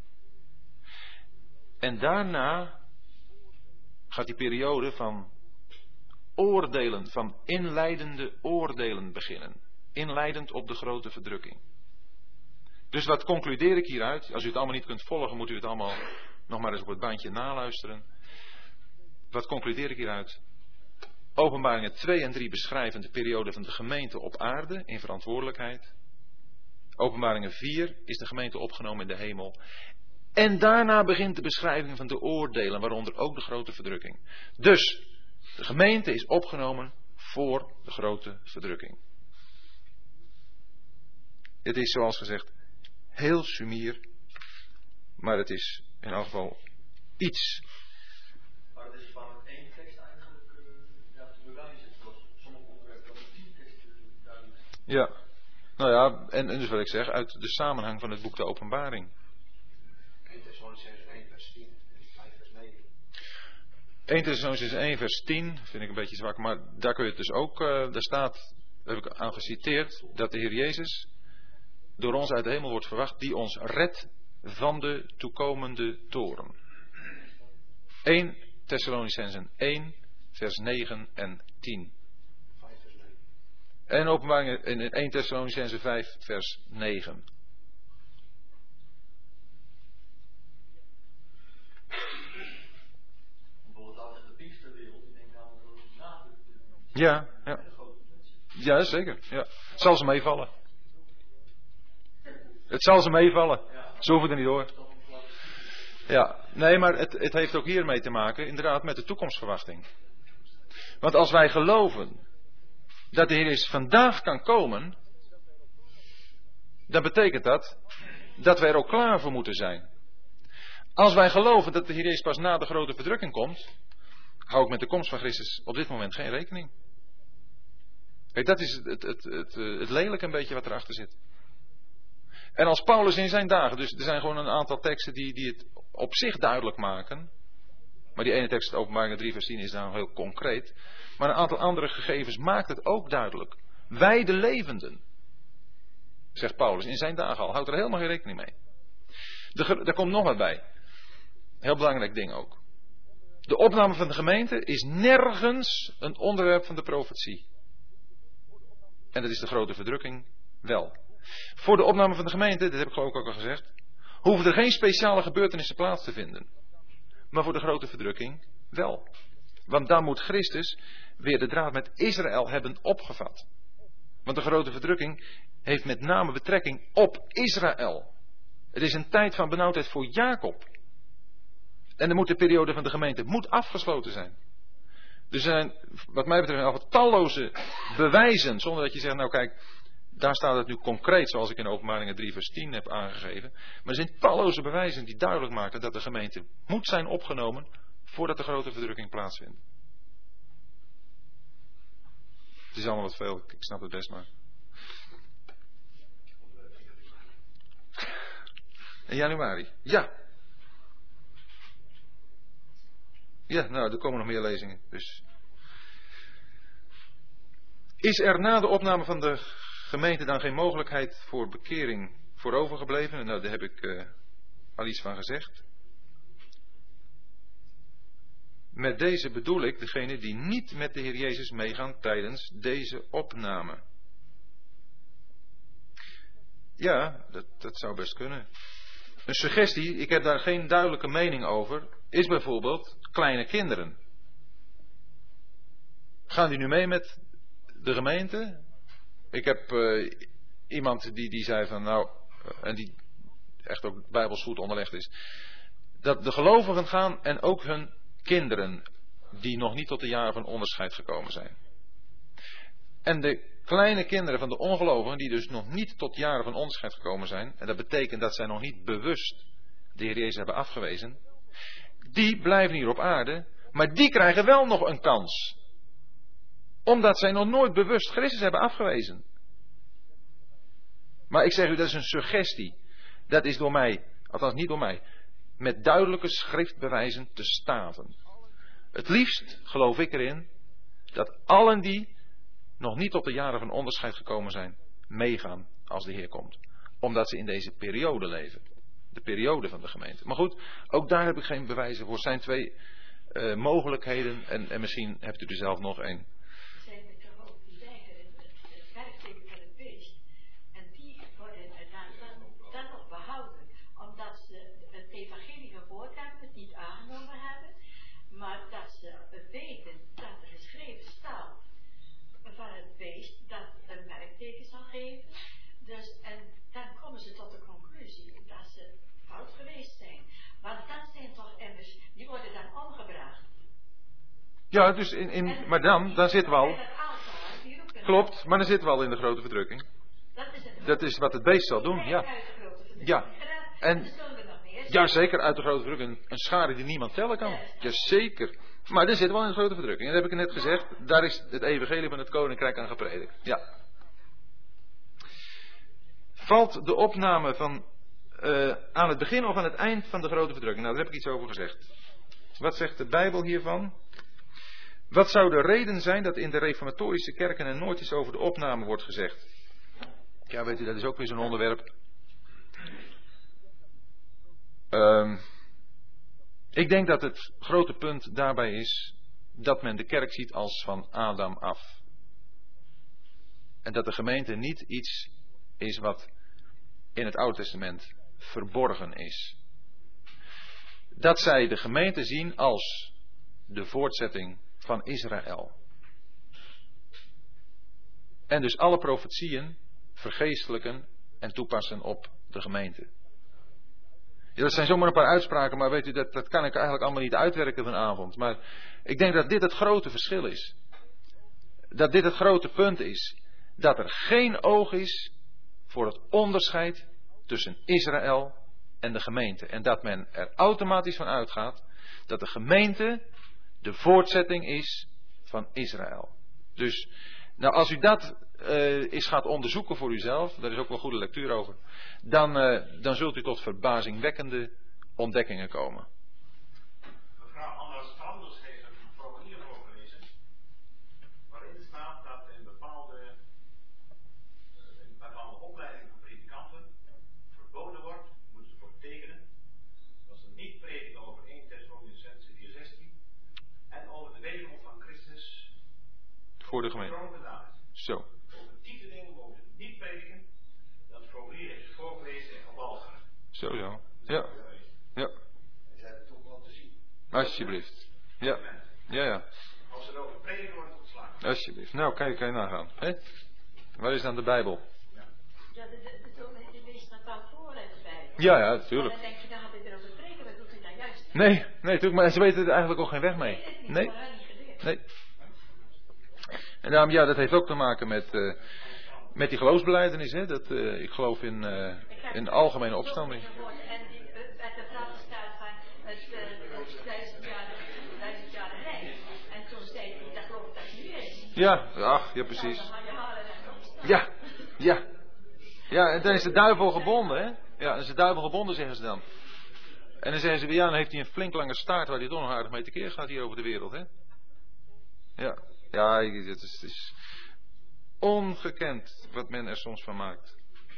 En daarna gaat die periode van oordelen, van inleidende oordelen beginnen. Inleidend op de grote verdrukking. Dus wat concludeer ik hieruit? Als u het allemaal niet kunt volgen, moet u het allemaal nog maar eens op het bandje naluisteren. Wat concludeer ik hieruit? Openbaringen 2 en 3 beschrijven de periode van de gemeente op aarde in verantwoordelijkheid. Openbaringen 4 is de gemeente opgenomen in de hemel. En daarna begint de beschrijving van de oordelen, waaronder ook de grote verdrukking. Dus, de gemeente is opgenomen voor de grote verdrukking. Het is zoals gezegd heel sumier, maar het is in elk geval iets. Maar het is maar 1 tekst eigenlijk te bewijzen, zoals sommige onderwerpen ook 10 teksten duidelijk. Ja, nou ja, en dus wat ik zeg, uit de samenhang van het boek de Openbaring. 1 Thessalonicenzen 1 vers 10 en 5 vers 9. 1 Thessalonicenzen 1 vers 10 vind ik een beetje zwak, maar daar kun je het dus ook, daar staat, heb ik aan geciteerd, dat de Heer Jezus door ons uit de hemel wordt verwacht, die ons redt van de toekomende toorn. 1 Thessalonicenzen 1 vers 9 en 10. 5 vers 9. En Openbaring in 1 Thessalonicenzen 5 vers 9. Bijvoorbeeld als in de Pinksterwereld, ik denk namelijk dat het nadruk Ja, ja. Ja, zeker. Ja. Het zal ze meevallen. Het zal ze meevallen. Ze hoeven er niet door. Ja, nee, maar het heeft ook hiermee te maken, inderdaad, met de toekomstverwachting. Want als wij geloven dat de Heer Jezus vandaag kan komen, dan betekent dat wij er ook klaar voor moeten zijn. Als wij geloven dat de Heer Jezus pas na de grote verdrukking komt, hou ik met de komst van Christus op dit moment geen rekening. Kijk, dat is het lelijke een beetje wat erachter zit. En als Paulus in zijn dagen, dus er zijn gewoon een aantal teksten die het op zich duidelijk maken. Maar die ene tekst, Openbaring 3 vers 10, is dan heel concreet. Maar een aantal andere gegevens maakt het ook duidelijk. Wij de levenden, zegt Paulus in zijn dagen al, houdt er helemaal geen rekening mee. Er komt nog wat bij. Heel belangrijk ding ook. De opname van de gemeente is nergens een onderwerp van de profetie. En dat is de grote verdrukking wel. Voor de opname van de gemeente, dat heb ik geloof ik ook al gezegd, hoeven er geen speciale gebeurtenissen plaats te vinden. Maar voor de grote verdrukking wel. Want dan moet Christus weer de draad met Israël hebben opgevat. Want de grote verdrukking heeft met name betrekking op Israël. Het is een tijd van benauwdheid voor Jacob. En dan moet de periode van de gemeente afgesloten zijn. Dus er zijn, wat mij betreft, al talloze bewijzen, zonder dat je zegt, nou kijk, daar staat het nu concreet, zoals ik in Openbaringen 3 vers 10 heb aangegeven. Maar er zijn talloze bewijzen die duidelijk maken dat de gemeente moet zijn opgenomen voordat de grote verdrukking plaatsvindt. Het is allemaal wat veel, ik snap het best maar. In januari, ja. Ja, nou, er komen nog meer lezingen. Dus. Is er na de opname van de gemeente dan geen mogelijkheid voor bekering voor overgebleven? Nou, daar heb ik al iets van gezegd. Met deze bedoel ik degene die niet met de Heer Jezus meegaan tijdens deze opname. Ja, dat zou best kunnen. Een suggestie, ik heb daar geen duidelijke mening over, is bijvoorbeeld kleine kinderen. Gaan die nu mee met de gemeente? Ik heb iemand die zei van nou, en die echt ook bijbels goed onderlegd is, dat de gelovigen gaan en ook hun kinderen die nog niet tot de jaren van onderscheid gekomen zijn. En de kleine kinderen van de ongelovigen die dus nog niet tot jaren van onderscheid gekomen zijn, en dat betekent dat zij nog niet bewust de Heer Jezus hebben afgewezen, die blijven hier op aarde, maar die krijgen wel nog een kans. Omdat zij nog nooit bewust Christus hebben afgewezen. Maar ik zeg u, dat is een suggestie. Dat is door mij, althans niet door mij, met duidelijke schriftbewijzen te staven. Het liefst geloof ik erin dat allen die nog niet tot de jaren van onderscheid gekomen zijn, meegaan als de Heer komt. Omdat ze in deze periode leven. De periode van de gemeente. Maar goed, ook daar heb ik geen bewijzen voor. Het zijn twee mogelijkheden en misschien hebt u er zelf nog één. Zijn er toch ook die weigeren het werkteken van het beest. En die worden dan nog behouden. Omdat ze het evangelie gehoord hebben, het niet aangenomen hebben. Maar dat ze weten dat er geschreven staat van het beest dat een merkteken zal geven. Dus, en dan komen ze tot de conclusie dat ze fout geweest zijn. Want dat zijn toch immers, die worden dan omgebracht. Ja, dus maar dan zitten we al. Klopt, maar dan zitten we al in de grote verdrukking. Dat is wat het beest zal doen, ja. Ja, en ja, zeker uit de grote verdrukking. Een schare die niemand tellen kan. Jazeker. Maar dan zitten we al in de grote verdrukking. En dat heb ik net gezegd, daar is het evangelie van het koninkrijk aan gepredikt. Ja. Valt de opname van aan het begin of aan het eind van de grote verdrukking? Nou, daar heb ik iets over gezegd. Wat zegt de Bijbel hiervan? Wat zou de reden zijn dat in de reformatorische kerken er nooit iets over de opname wordt gezegd? Ja, weet u, dat is ook weer zo'n onderwerp. Ik denk dat het grote punt daarbij is dat men de kerk ziet als van Adam af. En dat de gemeente niet iets is wat in het Oude Testament verborgen is. Dat zij de gemeente zien als de voortzetting van Israël. En dus alle profetieën vergeestelijken en toepassen op de gemeente. Ja, dat zijn zomaar een paar uitspraken, maar weet u, dat kan ik eigenlijk allemaal niet uitwerken vanavond. Maar ik denk dat dit het grote verschil is. Dat dit het grote punt is. Dat er geen oog is voor het onderscheid tussen Israël en de gemeente. En dat men er automatisch van uitgaat dat de gemeente de voortzetting is van Israël. Dus, nou als u dat eens gaat onderzoeken voor uzelf, daar is ook wel goede lectuur over, dan zult u tot verbazingwekkende ontdekkingen komen. Mevrouw Anna Stranders heeft een formulier voorgelezen, waarin staat dat in bepaalde opleidingen van predikanten verboden wordt, moeten ze voor tekenen, dat ze niet prediken over 1 Thessalonicenzen 4:16 en over de wederkomst van Christus Voor de gemeente. Zo. Over titeling mogen ze niet prediken. Dat formulier is voorgelezen op Alger. Zo. Ja. Ja. En ze hebben het ook wat te zien. Alsjeblieft. Ja. Ja. Als er over prediken wordt ontslagen. Alsjeblieft. Nou, kan je nagaan. Hè? Waar is dan de Bijbel? Ja, de leest dan fout voor uit de Bijbel. Ja, natuurlijk. En dan denk je, dan had ik erover preken, wat doet u nou juist? Nee, natuurlijk, maar ze weten er eigenlijk ook geen weg mee. Nee. En daarom, ja, dat heeft ook te maken met die geloofsbelijdenis. Hè? Dat, ik geloof in algemene opstanding. En die uit de vraag staat van het 1000 jaar reis. En toen zei hij, dat geloof ik dat nu is. Ja, precies. Ja, en dan is de duivel gebonden, hè? Ja, dan is de duivel gebonden, zeggen ze dan. En dan zeggen ze, ja, dan heeft hij een flink lange staart waar hij toch nog aardig mee tekeer gaat hier over de wereld, hè? Ja, het is ongekend wat men er soms van maakt.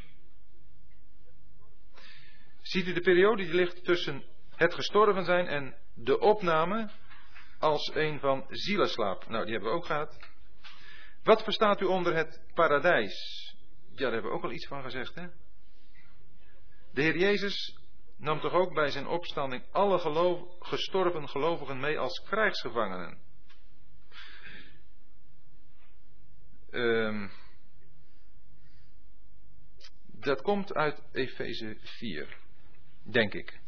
Ziet u de periode die ligt tussen het gestorven zijn en de opname als een van zielenslaap? Nou, die hebben we ook gehad. Wat verstaat u onder het paradijs? Ja, daar hebben we ook al iets van gezegd, hè? De Heer Jezus nam toch ook bij zijn opstanding alle gestorven gelovigen mee als krijgsgevangenen. Dat komt uit Efeze 4, denk ik.